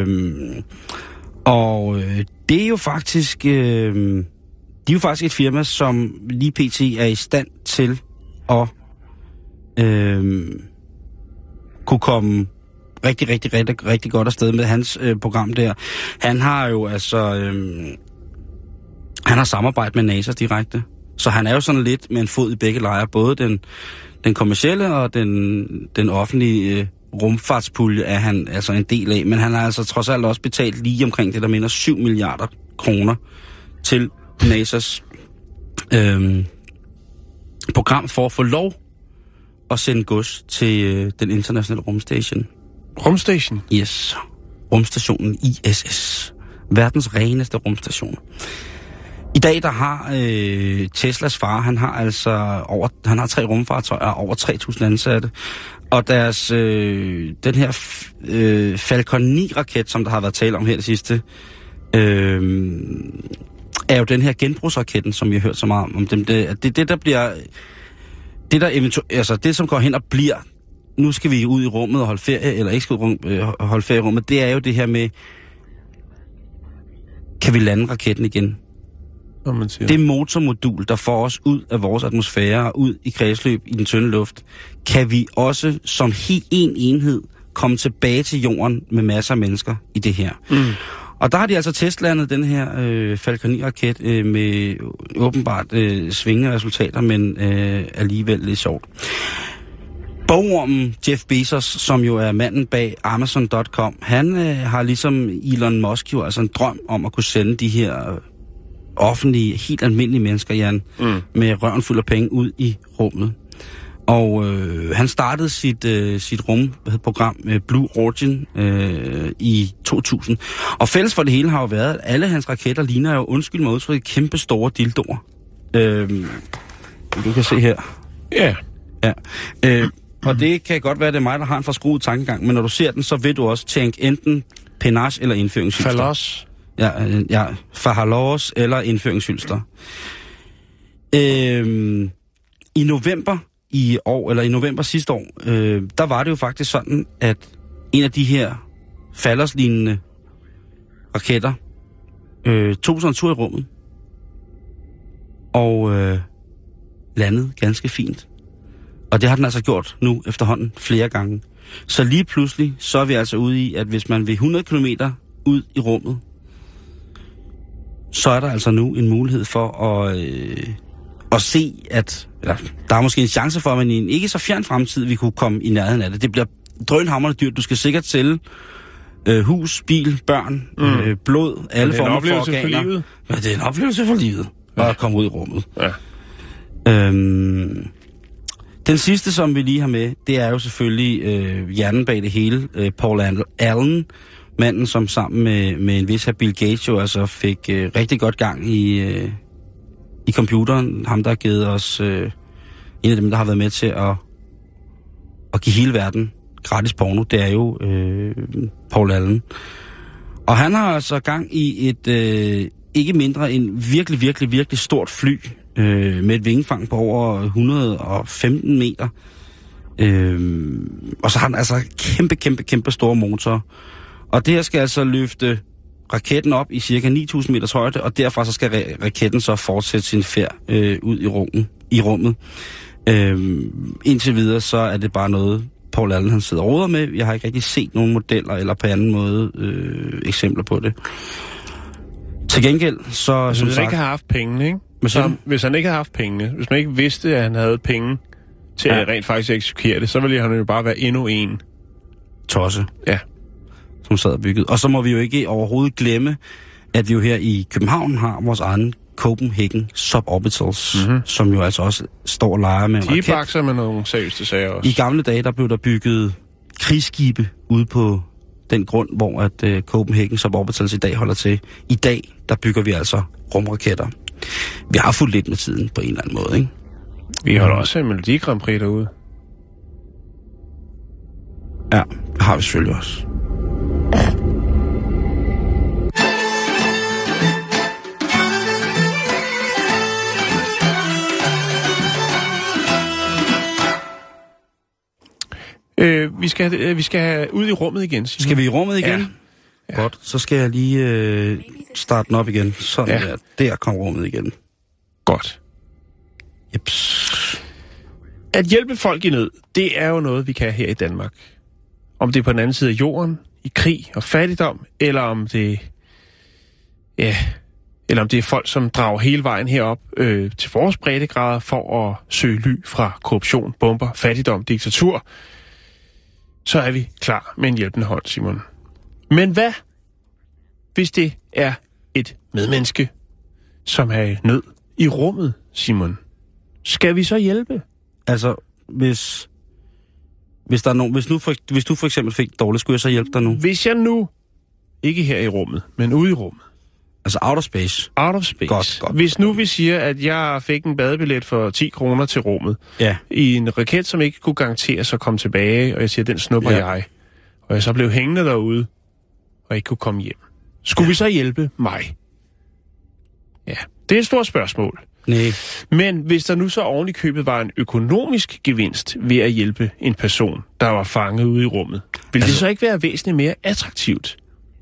og det er jo faktisk... de er jo faktisk et firma, som lige pt. Er i stand til at kunne komme rigtig godt afsted med hans program der. Han har jo han har samarbejdet med NASA direkte. Så han er jo sådan lidt med en fod i begge lejre. Både den kommercielle og den offentlige rumfartspulje er han altså en del af. Men han har altså trods alt også betalt lige omkring det, der minder 7 milliarder kroner til NASA's program for at få lov at sende gods til den internationale rumstation. Rumstation? Yes. Rumstationen ISS. Verdens reneste rumstation. I dag der har Teslas far, han har 3 rumfartøjer og over 3.000 ansatte. Og deres den her Falcon 9-raket, som der har været tale om her det sidste, er jo den her genbrugsraketten, som vi har hørt så meget om dem. Det der bliver... Det som går hen og bliver... Nu skal vi ud i rummet og holde ferie, eller ikke skal holde ferie i rummet. Det er jo det her med... Kan vi lande raketten igen? Det motormodul, der får os ud af vores atmosfære og ud i kredsløb i den tynde luft, kan vi også som helt en enhed komme tilbage til jorden med masser af mennesker i det her. Og der har de altså testlandet den her Falcon 9-raket med åbenbart svingende resultater, men alligevel lidt sjovt. Bogormen Jeff Bezos, som jo er manden bag Amazon.com, han har ligesom Elon Musk jo altså en drøm om at kunne sende de her offentlige, helt almindelige mennesker, Jan, med røven fuld af penge ud i rummet. Og han startede sit rumprogram Blue Origin i 2000. Og fælles for det hele har jo været, at alle hans raketter ligner jo, undskyld mig udtryk, kæmpe store dildoer. Du kan se her. Ja. Og det kan godt være, at det er mig, der har en forskruet tankegang, men når du ser den, så vil du også tænke enten penage eller indføringshylster. Fallos. fahalovs eller indføringshylster. I november i år, eller i november sidste år, der var det jo faktisk sådan, at en af de her falderslignende raketter tog sig en tur i rummet og landede ganske fint. Og det har den altså gjort nu efterhånden flere gange. Så lige pludselig, så er vi altså ude i, at hvis man vil 100 km ud i rummet, så er der altså nu en mulighed for at se, at der er måske en chance for, at man i en ikke så fjern fremtid vi kunne komme i nærheden af det. Det bliver drønhamrende dyrt. Du skal sikkert sælge hus, bil, børn, blod, alle former for organer. Ja, det er en oplevelse for livet at komme ud i rummet. Ja. Den sidste, som vi lige har med, det er jo selvfølgelig hjernen bag det hele, Paul Allen, manden, som sammen med en vis her Bill Gates jo altså fik rigtig godt gang i computeren. Ham, der har givet os en af dem, der har været med til at give hele verden gratis porno, det er jo Paul Allen. Og han har altså gang i et ikke mindre end virkelig, virkelig, virkelig stort fly med et vingefang på over 115 meter. Og så har han altså kæmpe store motorer. Og det her skal altså løfte raketten op i cirka 9.000 meters højde, og derfra så skal raketten så fortsætte sin færd ud i rummet. Indtil videre så er det bare noget, Paul Allen han sidder og roder med. Jeg har ikke rigtig set nogen modeller eller på anden måde eksempler på det. Til gengæld så... Hvis han ikke har haft pengene, ikke? Hvis han ikke havde haft pengene, hvis man ikke vidste, at han havde penge til at rent faktisk eksekvere det, så ville han jo bare være endnu en tosse. Ja. Som sad og bygget. Og så må vi jo ikke overhovedet glemme, at vi jo her i København har vores egen Copenhagen Suborbitals, som jo altså også står og leger med en raket. De bakser med nogle seriøse sager også. I gamle dage, der blev der bygget krigsskibe ude på den grund, hvor at Copenhagen Suborbitals i dag holder til. I dag, der bygger vi altså rumraketter. Vi har fulgt lidt med tiden på en eller anden måde, ikke? Vi holder også en Melodi Grand Prix derude. Ja, det har vi selvfølgelig også. Vi skal ud i rummet igen. Simon. Skal vi i rummet igen? Ja. Godt, så skal jeg lige starte den op igen. Sådan der kom rummet igen. Godt. Jeps. At hjælpe folk i nød, det er jo noget, vi kan her i Danmark. Om det er på den anden side af jorden, i krig og fattigdom, eller om det er folk, som drager hele vejen herop til vores breddegrader for at søge ly fra korruption, bomber, fattigdom, diktatur, så er vi klar med en hjælpende hånd, Simon. Men hvad, hvis det er et medmenneske, som er i nød i rummet, Simon? Skal vi så hjælpe? Altså, hvis der er nogen, hvis du for eksempel fik dårligt, skulle jeg så hjælpe dig nu? Hvis jeg nu, ikke her i rummet, men ude i rummet. Altså out of space? Out of space. Godt. Hvis nu vi siger, at jeg fik en badebillet for 10 kroner til rummet, i en raket, som ikke kunne garanteres at komme tilbage, og jeg siger, den snupper jeg, og jeg så blev hængende derude, og ikke kunne komme hjem. Skulle vi så hjælpe mig? Ja, det er et stort spørgsmål. Nej. Men hvis der nu så oven i købet var en økonomisk gevinst ved at hjælpe en person, der var fanget ude i rummet, ville det så ikke være væsentligt mere attraktivt?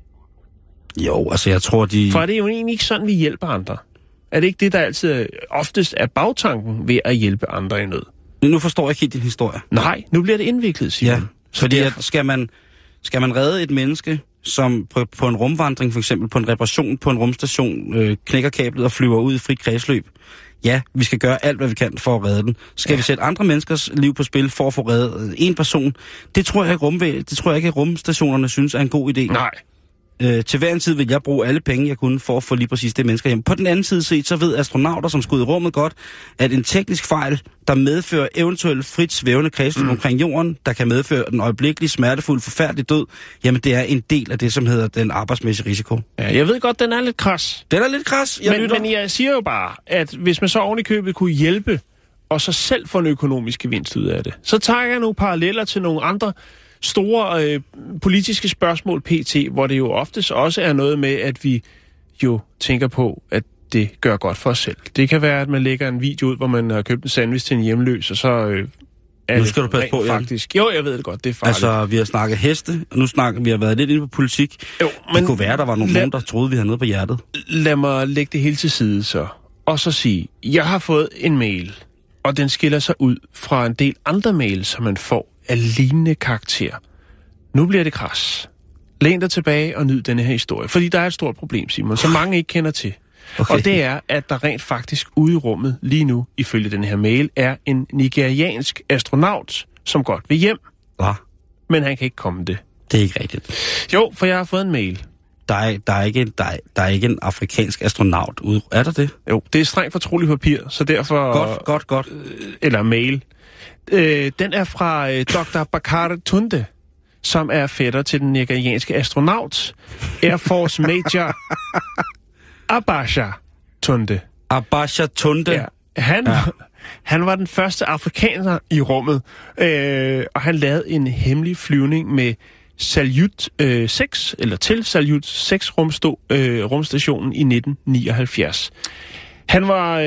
Jo, altså jeg tror, For er det jo egentlig ikke sådan, vi hjælper andre? Er det ikke det, der altid oftest er bagtanken ved at hjælpe andre i nød? Nu forstår jeg ikke helt din historie. Nej, nu bliver det indviklet, Simon. Ja, fordi skal man redde et menneske, som på en rumvandring, for eksempel på en reparation på en rumstation, knækker kablet og flyver ud i frit kredsløb. Ja, vi skal gøre alt, hvad vi kan for at redde den. Skal vi sætte andre menneskers liv på spil for at få reddet en person? Det tror jeg ikke, at rumstationerne synes er en god idé. Nej. Til hver en tid vil jeg bruge alle penge, jeg kunne for at få lige præcis det mennesker hjem. På den anden side set, så ved astronauter, som skal ud i rummet godt, at en teknisk fejl, der medfører eventuelt frit svævende kredsløb omkring jorden, der kan medføre den øjeblikkelige, smertefuld, forfærdelig død, jamen det er en del af det, som hedder den arbejdsmæssige risiko. Ja, jeg ved godt, den er lidt kras. Den er lidt kras, men jeg siger jo bare, at hvis man så oven i købet kunne hjælpe, og så selv få en økonomisk gevinst ud af det, så tager jeg nogle paralleller til nogle andre store politiske spørgsmål pt., hvor det jo oftest også er noget med, at vi jo tænker på, at det gør godt for os selv. Det kan være, at man lægger en video ud, hvor man har købt en sandwich til en hjemløs, og så er nu skal du passe på, faktisk. Jo, jeg ved det godt, det er farligt. Altså, vi har snakket heste, og nu vi har været lidt inde på politik. Jo, men det kunne være, der var nogen, der troede, vi havde noget på hjertet. Lad mig lægge det hele til side så. Og så sige, jeg har fået en mail, og den skiller sig ud fra en del andre mails, som man får af lignende karakter. Nu bliver det kras. Læn dig tilbage og nyd denne her historie. Fordi der er et stort problem, Simon, som mange ikke kender til. Okay. Og det er, at der rent faktisk ude i rummet lige nu, ifølge den her mail, er en nigeriansk astronaut, som godt vil hjem. Hvad? Men han kan ikke komme det. Det er ikke rigtigt. Jo, for jeg har fået en mail. Der er ikke en afrikansk astronaut ude. Er der det? Jo, det er strengt fortroligt papir, så derfor... Godt. Eller mail. Den er fra Dr. Bakare Tunde, som er fætter til den nigerianske astronaut, Air Force Major Abacha Tunde. Abacha Tunde? Ja. Han var den første afrikaner i rummet, og han lavede en hemmelig flyvning med Salyut 6, eller til Salyut 6 rumstationen i 1979. Han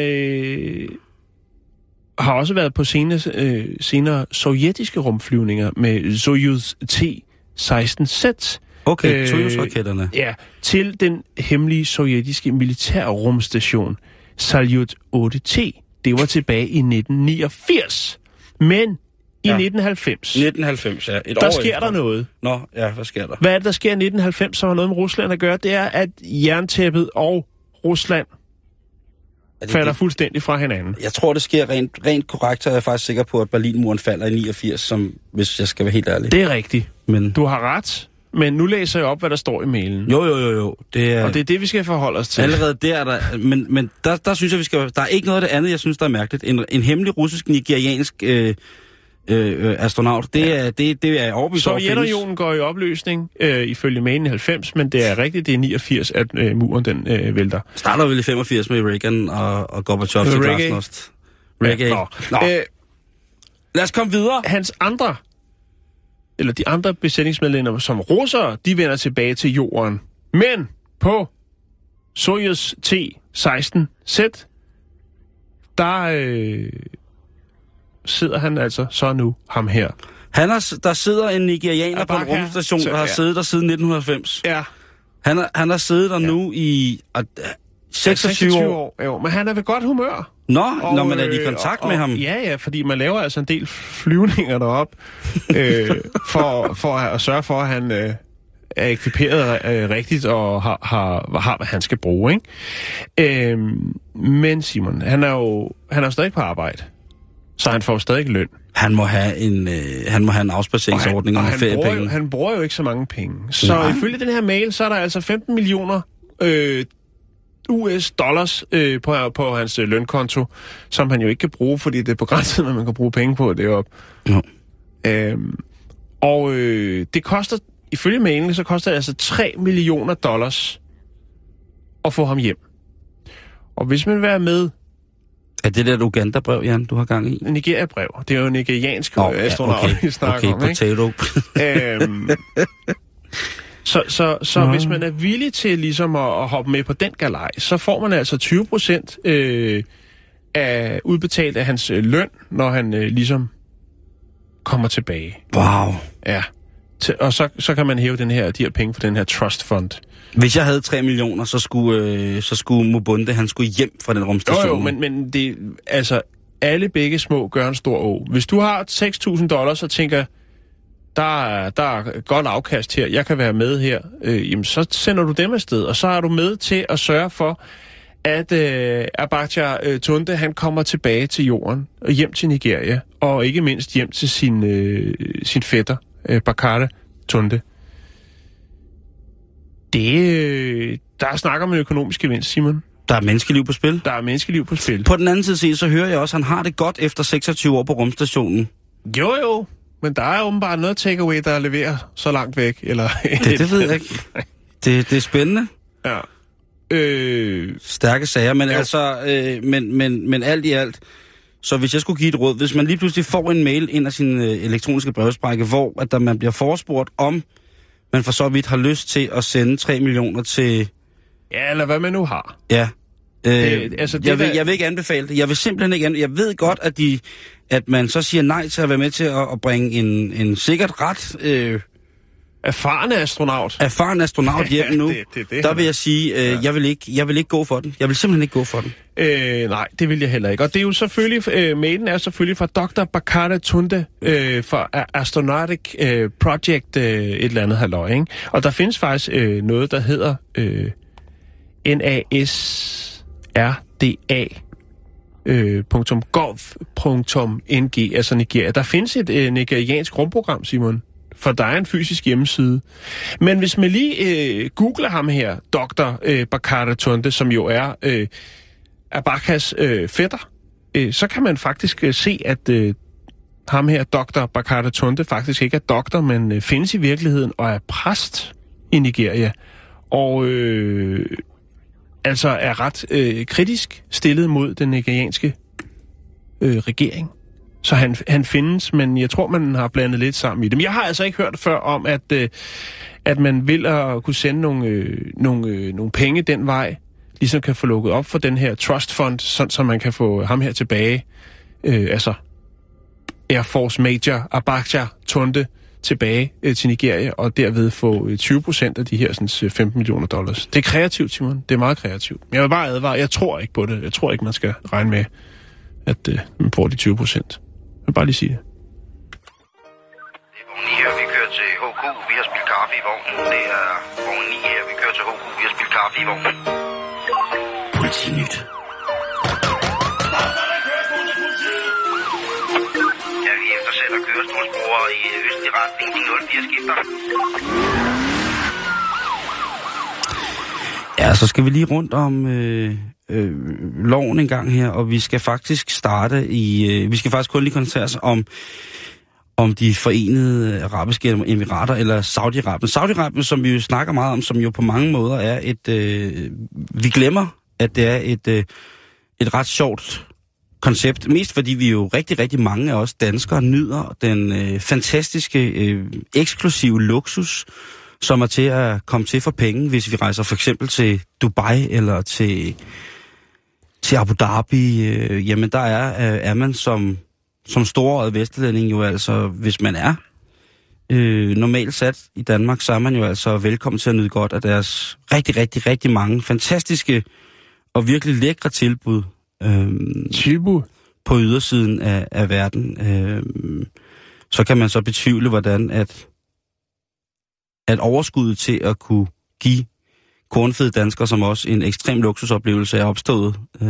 har også været på senere sovjetiske rumflyvninger med Soyuz T-16Z. Okay, Soyuz-raketterne. Ja, til den hemmelige sovjetiske militære rumstation Salyut 8T. Det var tilbage i 1989. Men i 1990... 1990, ja. Der sker der noget. Nå, ja, hvad sker der? Hvad er det, der sker i 1990, som har noget med Rusland at gøre? Det er, at jerntæppet og Rusland falder fuldstændig fra hinanden. Jeg tror, det sker rent korrekt, og jeg er faktisk sikker på, at Berlinmuren falder i 89, som, hvis jeg skal være helt ærlig. Det er rigtigt. Men du har ret, men nu læser jeg op, hvad der står i mailen. Jo. Og det er det, vi skal forholde os til. Allerede der, men der synes jeg, vi skal... Der er ikke noget af det andet, jeg synes, der er mærkeligt. En hemmelig russisk-nigeriansk astronaut, det er overbevist over. Sovjetunionen går i opløsning ifølge mailen i 90, men det er rigtigt, det er 89, at muren den vælter. Starter vel i 85 med Reagan og Gorbachev til glasnost. Reggae. Ja, nå. Lad os komme videre. De andre besætningsmedlemmer som russere, de vender tilbage til jorden. Men på Soyuz T-16Z, der sidder han altså så nu, ham her. Der sidder en nigerianer på en rumstation, der har siddet der siden 1990. Ja. Han har siddet der nu i 26 år. Jo, men han er ved godt humør. Når man er i kontakt med ham. Ja, fordi man laver altså en del flyvninger derop, for at sørge for, at han er ekviperet rigtigt og har, hvad han skal bruge, ikke? Men Simon, han er jo stadig på arbejde, så han får stadig løn. Han må have en afspaceringsordning og feriepenge. Han bruger jo ikke så mange penge. Så ifølge den her mail, så er der altså 15 millioner US dollars på hans lønkonto, som han jo ikke kan bruge, fordi det er begrænset, hvad man kan bruge penge på deroppe. Jo. Det koster, ifølge mailen, så koster det altså 3 millioner dollars at få ham hjem. Og hvis man vil være med... Er det der Uganda-brev, Jan, du har gang i? Nigeria-brev. Det er jo nigeriansk astronaut, vi snakker om, potato. Så hvis man er villig til ligesom at hoppe med på den galej, så får man altså 20% af udbetalt af hans løn, når han ligesom kommer tilbage. Wow. Ja. Og så kan man hæve de her penge for den her trust fund. Hvis jeg havde 3 millioner, så skulle Mubunde, han skulle hjem fra den rumstation. Jo, men det, altså, alle begge små gør en stor å. Hvis du har $6,000 og tænker, der er godt afkast her, jeg kan være med her, jamen så sender du dem afsted, og så er du med til at sørge for, at Abacha Tunde, han kommer tilbage til jorden, og hjem til Nigeria, og ikke mindst hjem til sin fætter, Bakare Tunde. Der snakker man økonomisk gevinst, Simon. Der er menneskeliv på spil? Der er menneskeliv på spil. På den anden side set, så hører jeg også, at han har det godt efter 26 år på rumstationen. Jo, men der er åbenbart noget takeaway, der leverer så langt væk. Eller det ved jeg ikke. Det er spændende. Ja. Stærke sager, men altså, men alt i alt, så hvis jeg skulle give et råd, hvis man lige pludselig får en mail ind af sin elektroniske brevsprække, hvor at man bliver forespurgt om, man for så vidt har lyst til at sende 3 millioner til Ja, eller hvad man nu har. Ja. Altså, jeg vil ikke anbefale det. Jeg vil simpelthen ikke anbefale. Jeg ved godt, at man så siger nej til at være med til at bringe en sikkert ret... Erfaren astronaut hjem nu. Der vil jeg sige, jeg vil ikke gå for den. Jeg vil simpelthen ikke gå for den. Nej, det vil jeg heller ikke. Og det er jo selvfølgelig, mailen er selvfølgelig fra Dr. Bakara Tunde fra Astronautic Project et eller andet halløj, ikke? Og der findes faktisk noget, der hedder nasrda.gov.ng, altså Nigeria. Der findes et nigeriansk rumprogram, Simon, for der er en fysisk hjemmeside. Men hvis man lige googler ham her, Dr. Bakara Tunde, som jo er Abakas fætter, så kan man faktisk se, at ham her, Dr. Bakara Tunde, faktisk ikke er doktor, men findes i virkeligheden og er præst i Nigeria. Og altså er ret kritisk stillet mod den nigerianske regering. Så han findes, men jeg tror, man har blandet lidt sammen i dem. Jeg har altså ikke hørt før om, at man vil at kunne sende nogle penge den vej, ligesom kan få lukket op for den her trust fund, sådan så man kan få ham her tilbage, altså Air Force Major Abacha Tunde tilbage til Nigeria, og derved få 20% af de her sådan, $15 million. Det er kreativt, Simon. Det er meget kreativt. Men jeg vil bare advare, jeg tror ikke på det. Jeg tror ikke, man skal regne med, at man får de 20%. Jeg vil bare lige sige det. Det er vogn 9 her, vi kører til HK. Vi har spillet kaffe i vognen. Det er vogn 9 her, vi kører til HK. Vi har spillet kaffe i vognen. Politinyt. Ja, vi eftersætter kørestolsbrugere i østlig retning. De 04 skifter. Ja, så skal vi lige rundt om loven en gang her, og vi skal faktisk starte vi skal faktisk kun lige koncentrere os om de forenede arabiske emirater, eller Saudi-Arabien. Saudi-Arabien, som vi jo snakker meget om, som jo på mange måder er vi glemmer, at det er et ret sjovt koncept. Mest fordi vi jo rigtig, rigtig mange af os danskere nyder den fantastiske, eksklusive luksus, som er til at komme til for penge, hvis vi rejser for eksempel til Dubai eller til Abu Dhabi. Jamen der er man som storåret vesterlænding jo altså, hvis man er normalt sat i Danmark, så er man jo altså velkommen til at nyde godt af deres rigtig, rigtig, rigtig mange fantastiske og virkelig lækre tilbud. På ydersiden af verden. Så kan man så betvivle, hvordan at overskuddet til at kunne give kornfede danskere som også en ekstrem luksusoplevelse er opstået.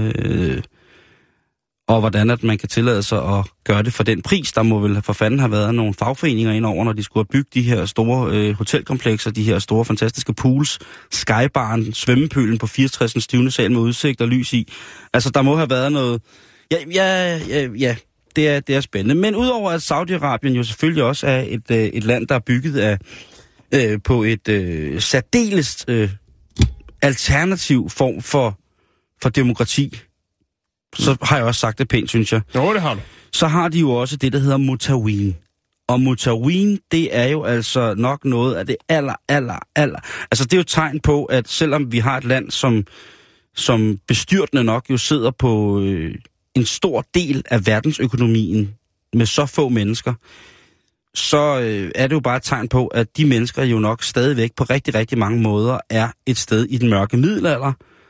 Og hvordan at man kan tillade sig at gøre det for den pris. Der må vel for fanden have været nogle fagforeninger indover, når de skulle have bygget de her store hotelkomplekser, de her store fantastiske pools, skybaren, svømmepølen på 64. stivende sal med udsigt og lys i. Altså der må have været noget... Ja, det er spændende. Men udover at Saudi-Arabien jo selvfølgelig også er et land, der er bygget på et særdeles alternativ form for demokrati, så har jeg også sagt det pænt, synes jeg. Jo, det har du. Så har de jo også det, der hedder Mutaween. Og Mutaween, det er jo altså nok noget af det aller... Altså det er jo tegn på, at selvom vi har et land, som bestyrtende nok jo sidder på en stor del af verdensøkonomien med så få mennesker, så er det jo bare et tegn på, at de mennesker jo nok stadigvæk på rigtig, rigtig mange måder er et sted i den mørke middelalder.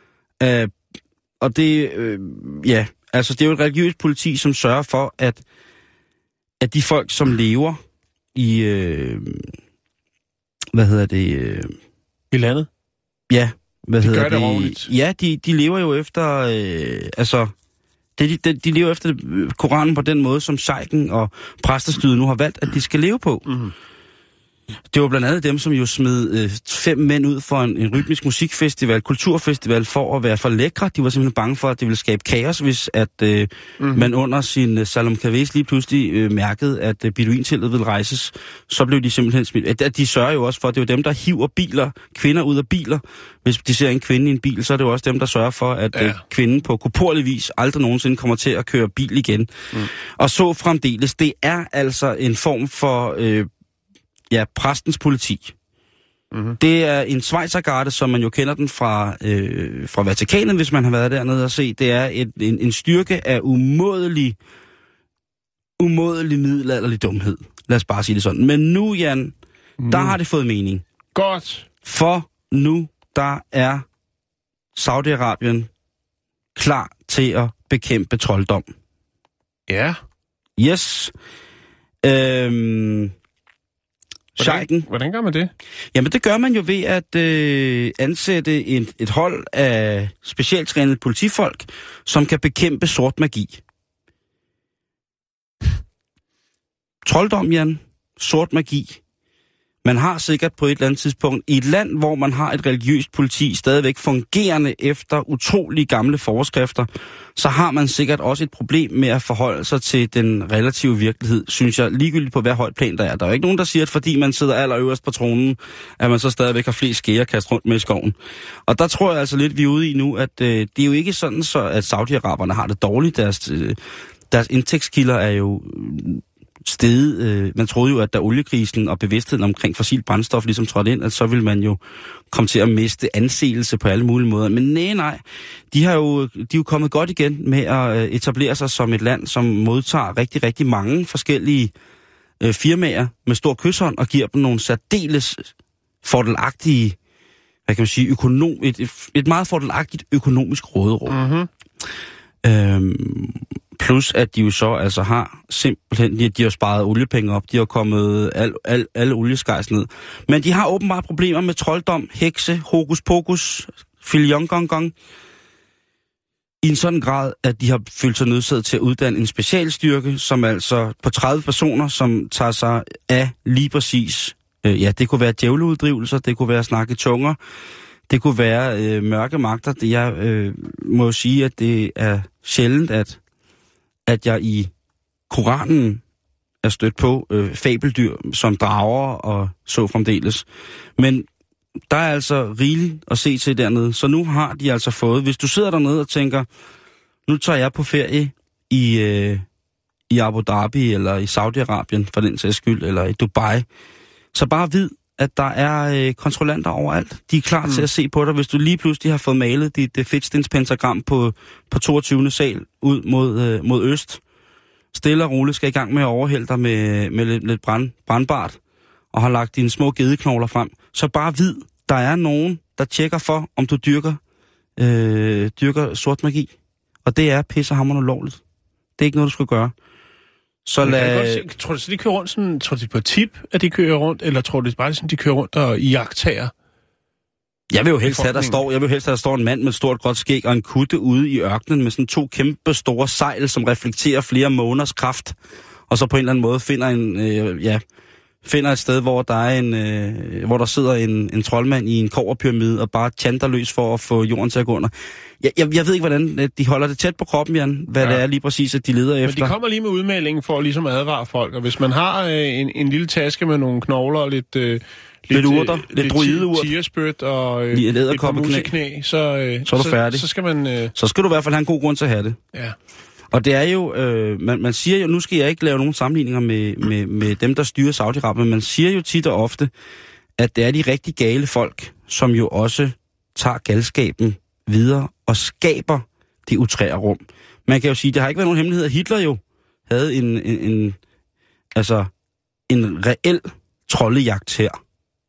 Og det, altså det er jo et religiøst politi, som sørger for, at de folk, som lever i, i landet? Ja, det? Ja, de lever jo efter, de lever efter Koranen på den måde, som sheiken og præstestyret nu har valgt, at de skal leve på. Mm-hmm. Det var blandt andet dem, som jo smed 5 mænd ud for en rytmisk musikfestival, kulturfestival, for at være for lækre. De var simpelthen bange for, at det ville skabe kaos, hvis at man under sin Salom Kavés lige pludselig mærkede, at beduinteltet ville rejses. Så blev de simpelthen smidt. At de sørger jo også for, at det er jo dem, der hiver kvinder ud af biler. Hvis de ser en kvinde i en bil, så er det jo også dem, der sørger for, at kvinden på korporlig vis aldrig nogensinde kommer til at køre bil igen. Og så fremdeles. Det er altså en form for... præstens politi. Mm-hmm. Det er en schweizergarde, som man jo kender den fra Vatikanet, hvis man har været dernede og se. Det er en styrke af umådelig middelalderlig dumhed. Lad os bare sige det sådan. Men nu, Jan, der har det fået mening. Godt. For nu, der er Saudi-Arabien klar til at bekæmpe trolddom. Ja. Yes. Hvordan gør man det? Jamen, det gør man jo ved at ansætte et hold af specialtrænede politifolk, som kan bekæmpe sort magi. Trolddom, Jan. Sort magi. Man har sikkert på et eller andet tidspunkt i et land, hvor man har et religiøst politi stadigvæk fungerende efter utrolig gamle forskrifter, så har man sikkert også et problem med at forholde sig til den relative virkelighed, synes jeg, ligegyldigt på hver højt plan der er. Der er jo ikke nogen, der siger, at fordi man sidder allerøverst på tronen, at man så stadigvæk har flest skære kastet rundt med i skoven. Og der tror jeg altså lidt, vi er ude i nu, at det er jo ikke sådan, så at Saudi-Araberne har det dårligt. Deres indtægtskilder er jo steget. Man troede jo, at da oliekrisen og bevidstheden omkring fossil brændstof ligesom trådte ind, at så ville man jo komme til at miste anseelse på alle mulige måder. Men nej. De er jo kommet godt igen med at etablere sig som et land, som modtager rigtig, rigtig mange forskellige firmaer med stor kyshånd og giver dem nogle særdeles fordelagtige, hvad kan man sige, et meget fordelagtigt økonomisk råderum. Mm-hmm. Plus at de jo så altså har simpelthen, de har sparet oliepenge op, de har kommet alle olieskejs ned. Men de har åbenbart problemer med trolddom, hekse, hokus pokus, filiongongong, i en sådan grad, at de har følt sig nødsaget til at uddanne en specialstyrke, som altså på 30 personer, som tager sig af lige præcis, det kunne være djævleuddrivelser, det kunne være snakke tunger, det kunne være mørke magter. Jeg må sige, at det er sjældent, at jeg i Koranen er stødt på fabeldyr som drager og så fremdeles. Men der er altså rigeligt at se til dernede. Så nu har de altså fået, hvis du sidder dernede og tænker, nu tager jeg på ferie i Abu Dhabi eller i Saudi-Arabien for den sags skyld, eller i Dubai, så bare vid, at der er kontrollanter overalt. De er klar til at se på dig, hvis du lige pludselig har fået malet dit fedtstenspentagram på 22. sal ud mod øst. Stille og roligt skal i gang med at overhælde dig med lidt brandbart, og har lagt dine små gedeknogler frem. Så bare vid, der er nogen, der tjekker for, om du dyrker sort magi. Og det er pissehammerende ulovligt. Det er ikke noget, du skal gøre. Så tror du så, de kører rundt sådan, tror du på tip, at de kører rundt, eller tror du bare sådan, de kører rundt og iagttager? Jeg vil jo helst have, der står en mand med et stort gråt skæg og en kutte ude i ørkenen med sådan 2 kæmpe store sejl, som reflekterer flere måneders kraft, og så på en eller anden måde finder et sted, hvor der er hvor der sidder en troldmand i en kobberpyramide og bare chanter løs for at få jorden til at gå under. Jeg ved ikke, hvordan de holder det tæt på kroppen, Jan, hvad det er lige præcis, at de leder efter. Men de kommer lige med udmeldingen for at ligesom advare folk, og hvis man har en lille taske med nogle knogler og lidt urter, lidt druideurt, tigerspyt og et par museknæ, så er du færdig. Så skal man... Så skal du i hvert fald have en god grund til at have det. Ja. Og det er jo, man siger jo, nu skal jeg ikke lave nogen sammenligninger med dem, der styrer Saudi-Arabien, men man siger jo tit og ofte, at det er de rigtig gale folk, som jo også tager galskaben videre og skaber det utrære rum. Man kan jo sige, det har ikke været nogen hemmelighed, at Hitler jo havde en reel troldejagt her.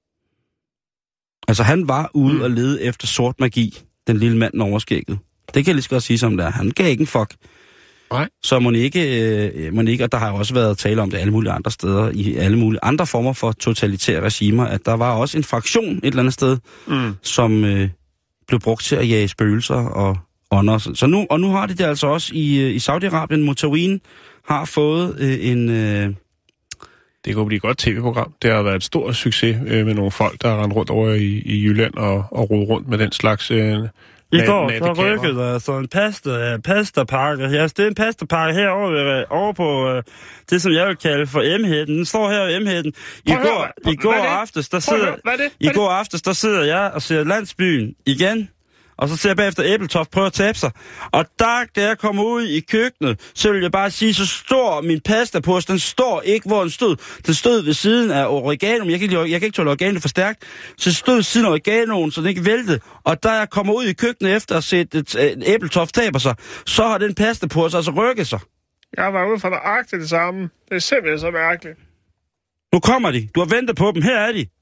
Altså han var ude og lede efter sort magi, den lille mand overskægget. Det kan jeg lige så godt sige som det er. Han gav ikke en fuck. Nej. Så må ikke, og der har jo også været tale om det alle mulige andre steder, i alle mulige andre former for totalitære regimer, at der var også en fraktion et eller andet sted, som blev brugt til at jage spøgelser og ånder. Så nu har de det altså også i Saudi-Arabien. Mutawin har fået en... Det kunne blive et godt tv-program. Det har været et stort succes med nogle folk, der har rendt rundt over i Jylland og rodet rundt med den slags... I går så rykkede der så en pastapakke. Jeg stod en pastapakke herovre på det, som jeg vil kalde for M-hætten. Den står her i M-hætten. I går aftes, der sidder jeg og ser Landsbyen igen. og så ser jeg bagefter Æbletoft prøve at tabe sig. Og da jeg kommer ud i køkkenet, så vil jeg bare sige, så står min pastapose, den står ikke, hvor den stod. Den stod ved siden af oreganoen. Jeg kan ikke tåle oregano for stærkt. Så stod ved siden af oreganoen, så den ikke væltede. Og da jeg kommer ud i køkkenet efter at se et Æbletoft taber sig, så har den pastapose altså rykket sig. Jeg var ude for nøjagtigt det samme. Det er simpelthen så mærkeligt. Nu kommer de. Du har ventet på dem. Her er de.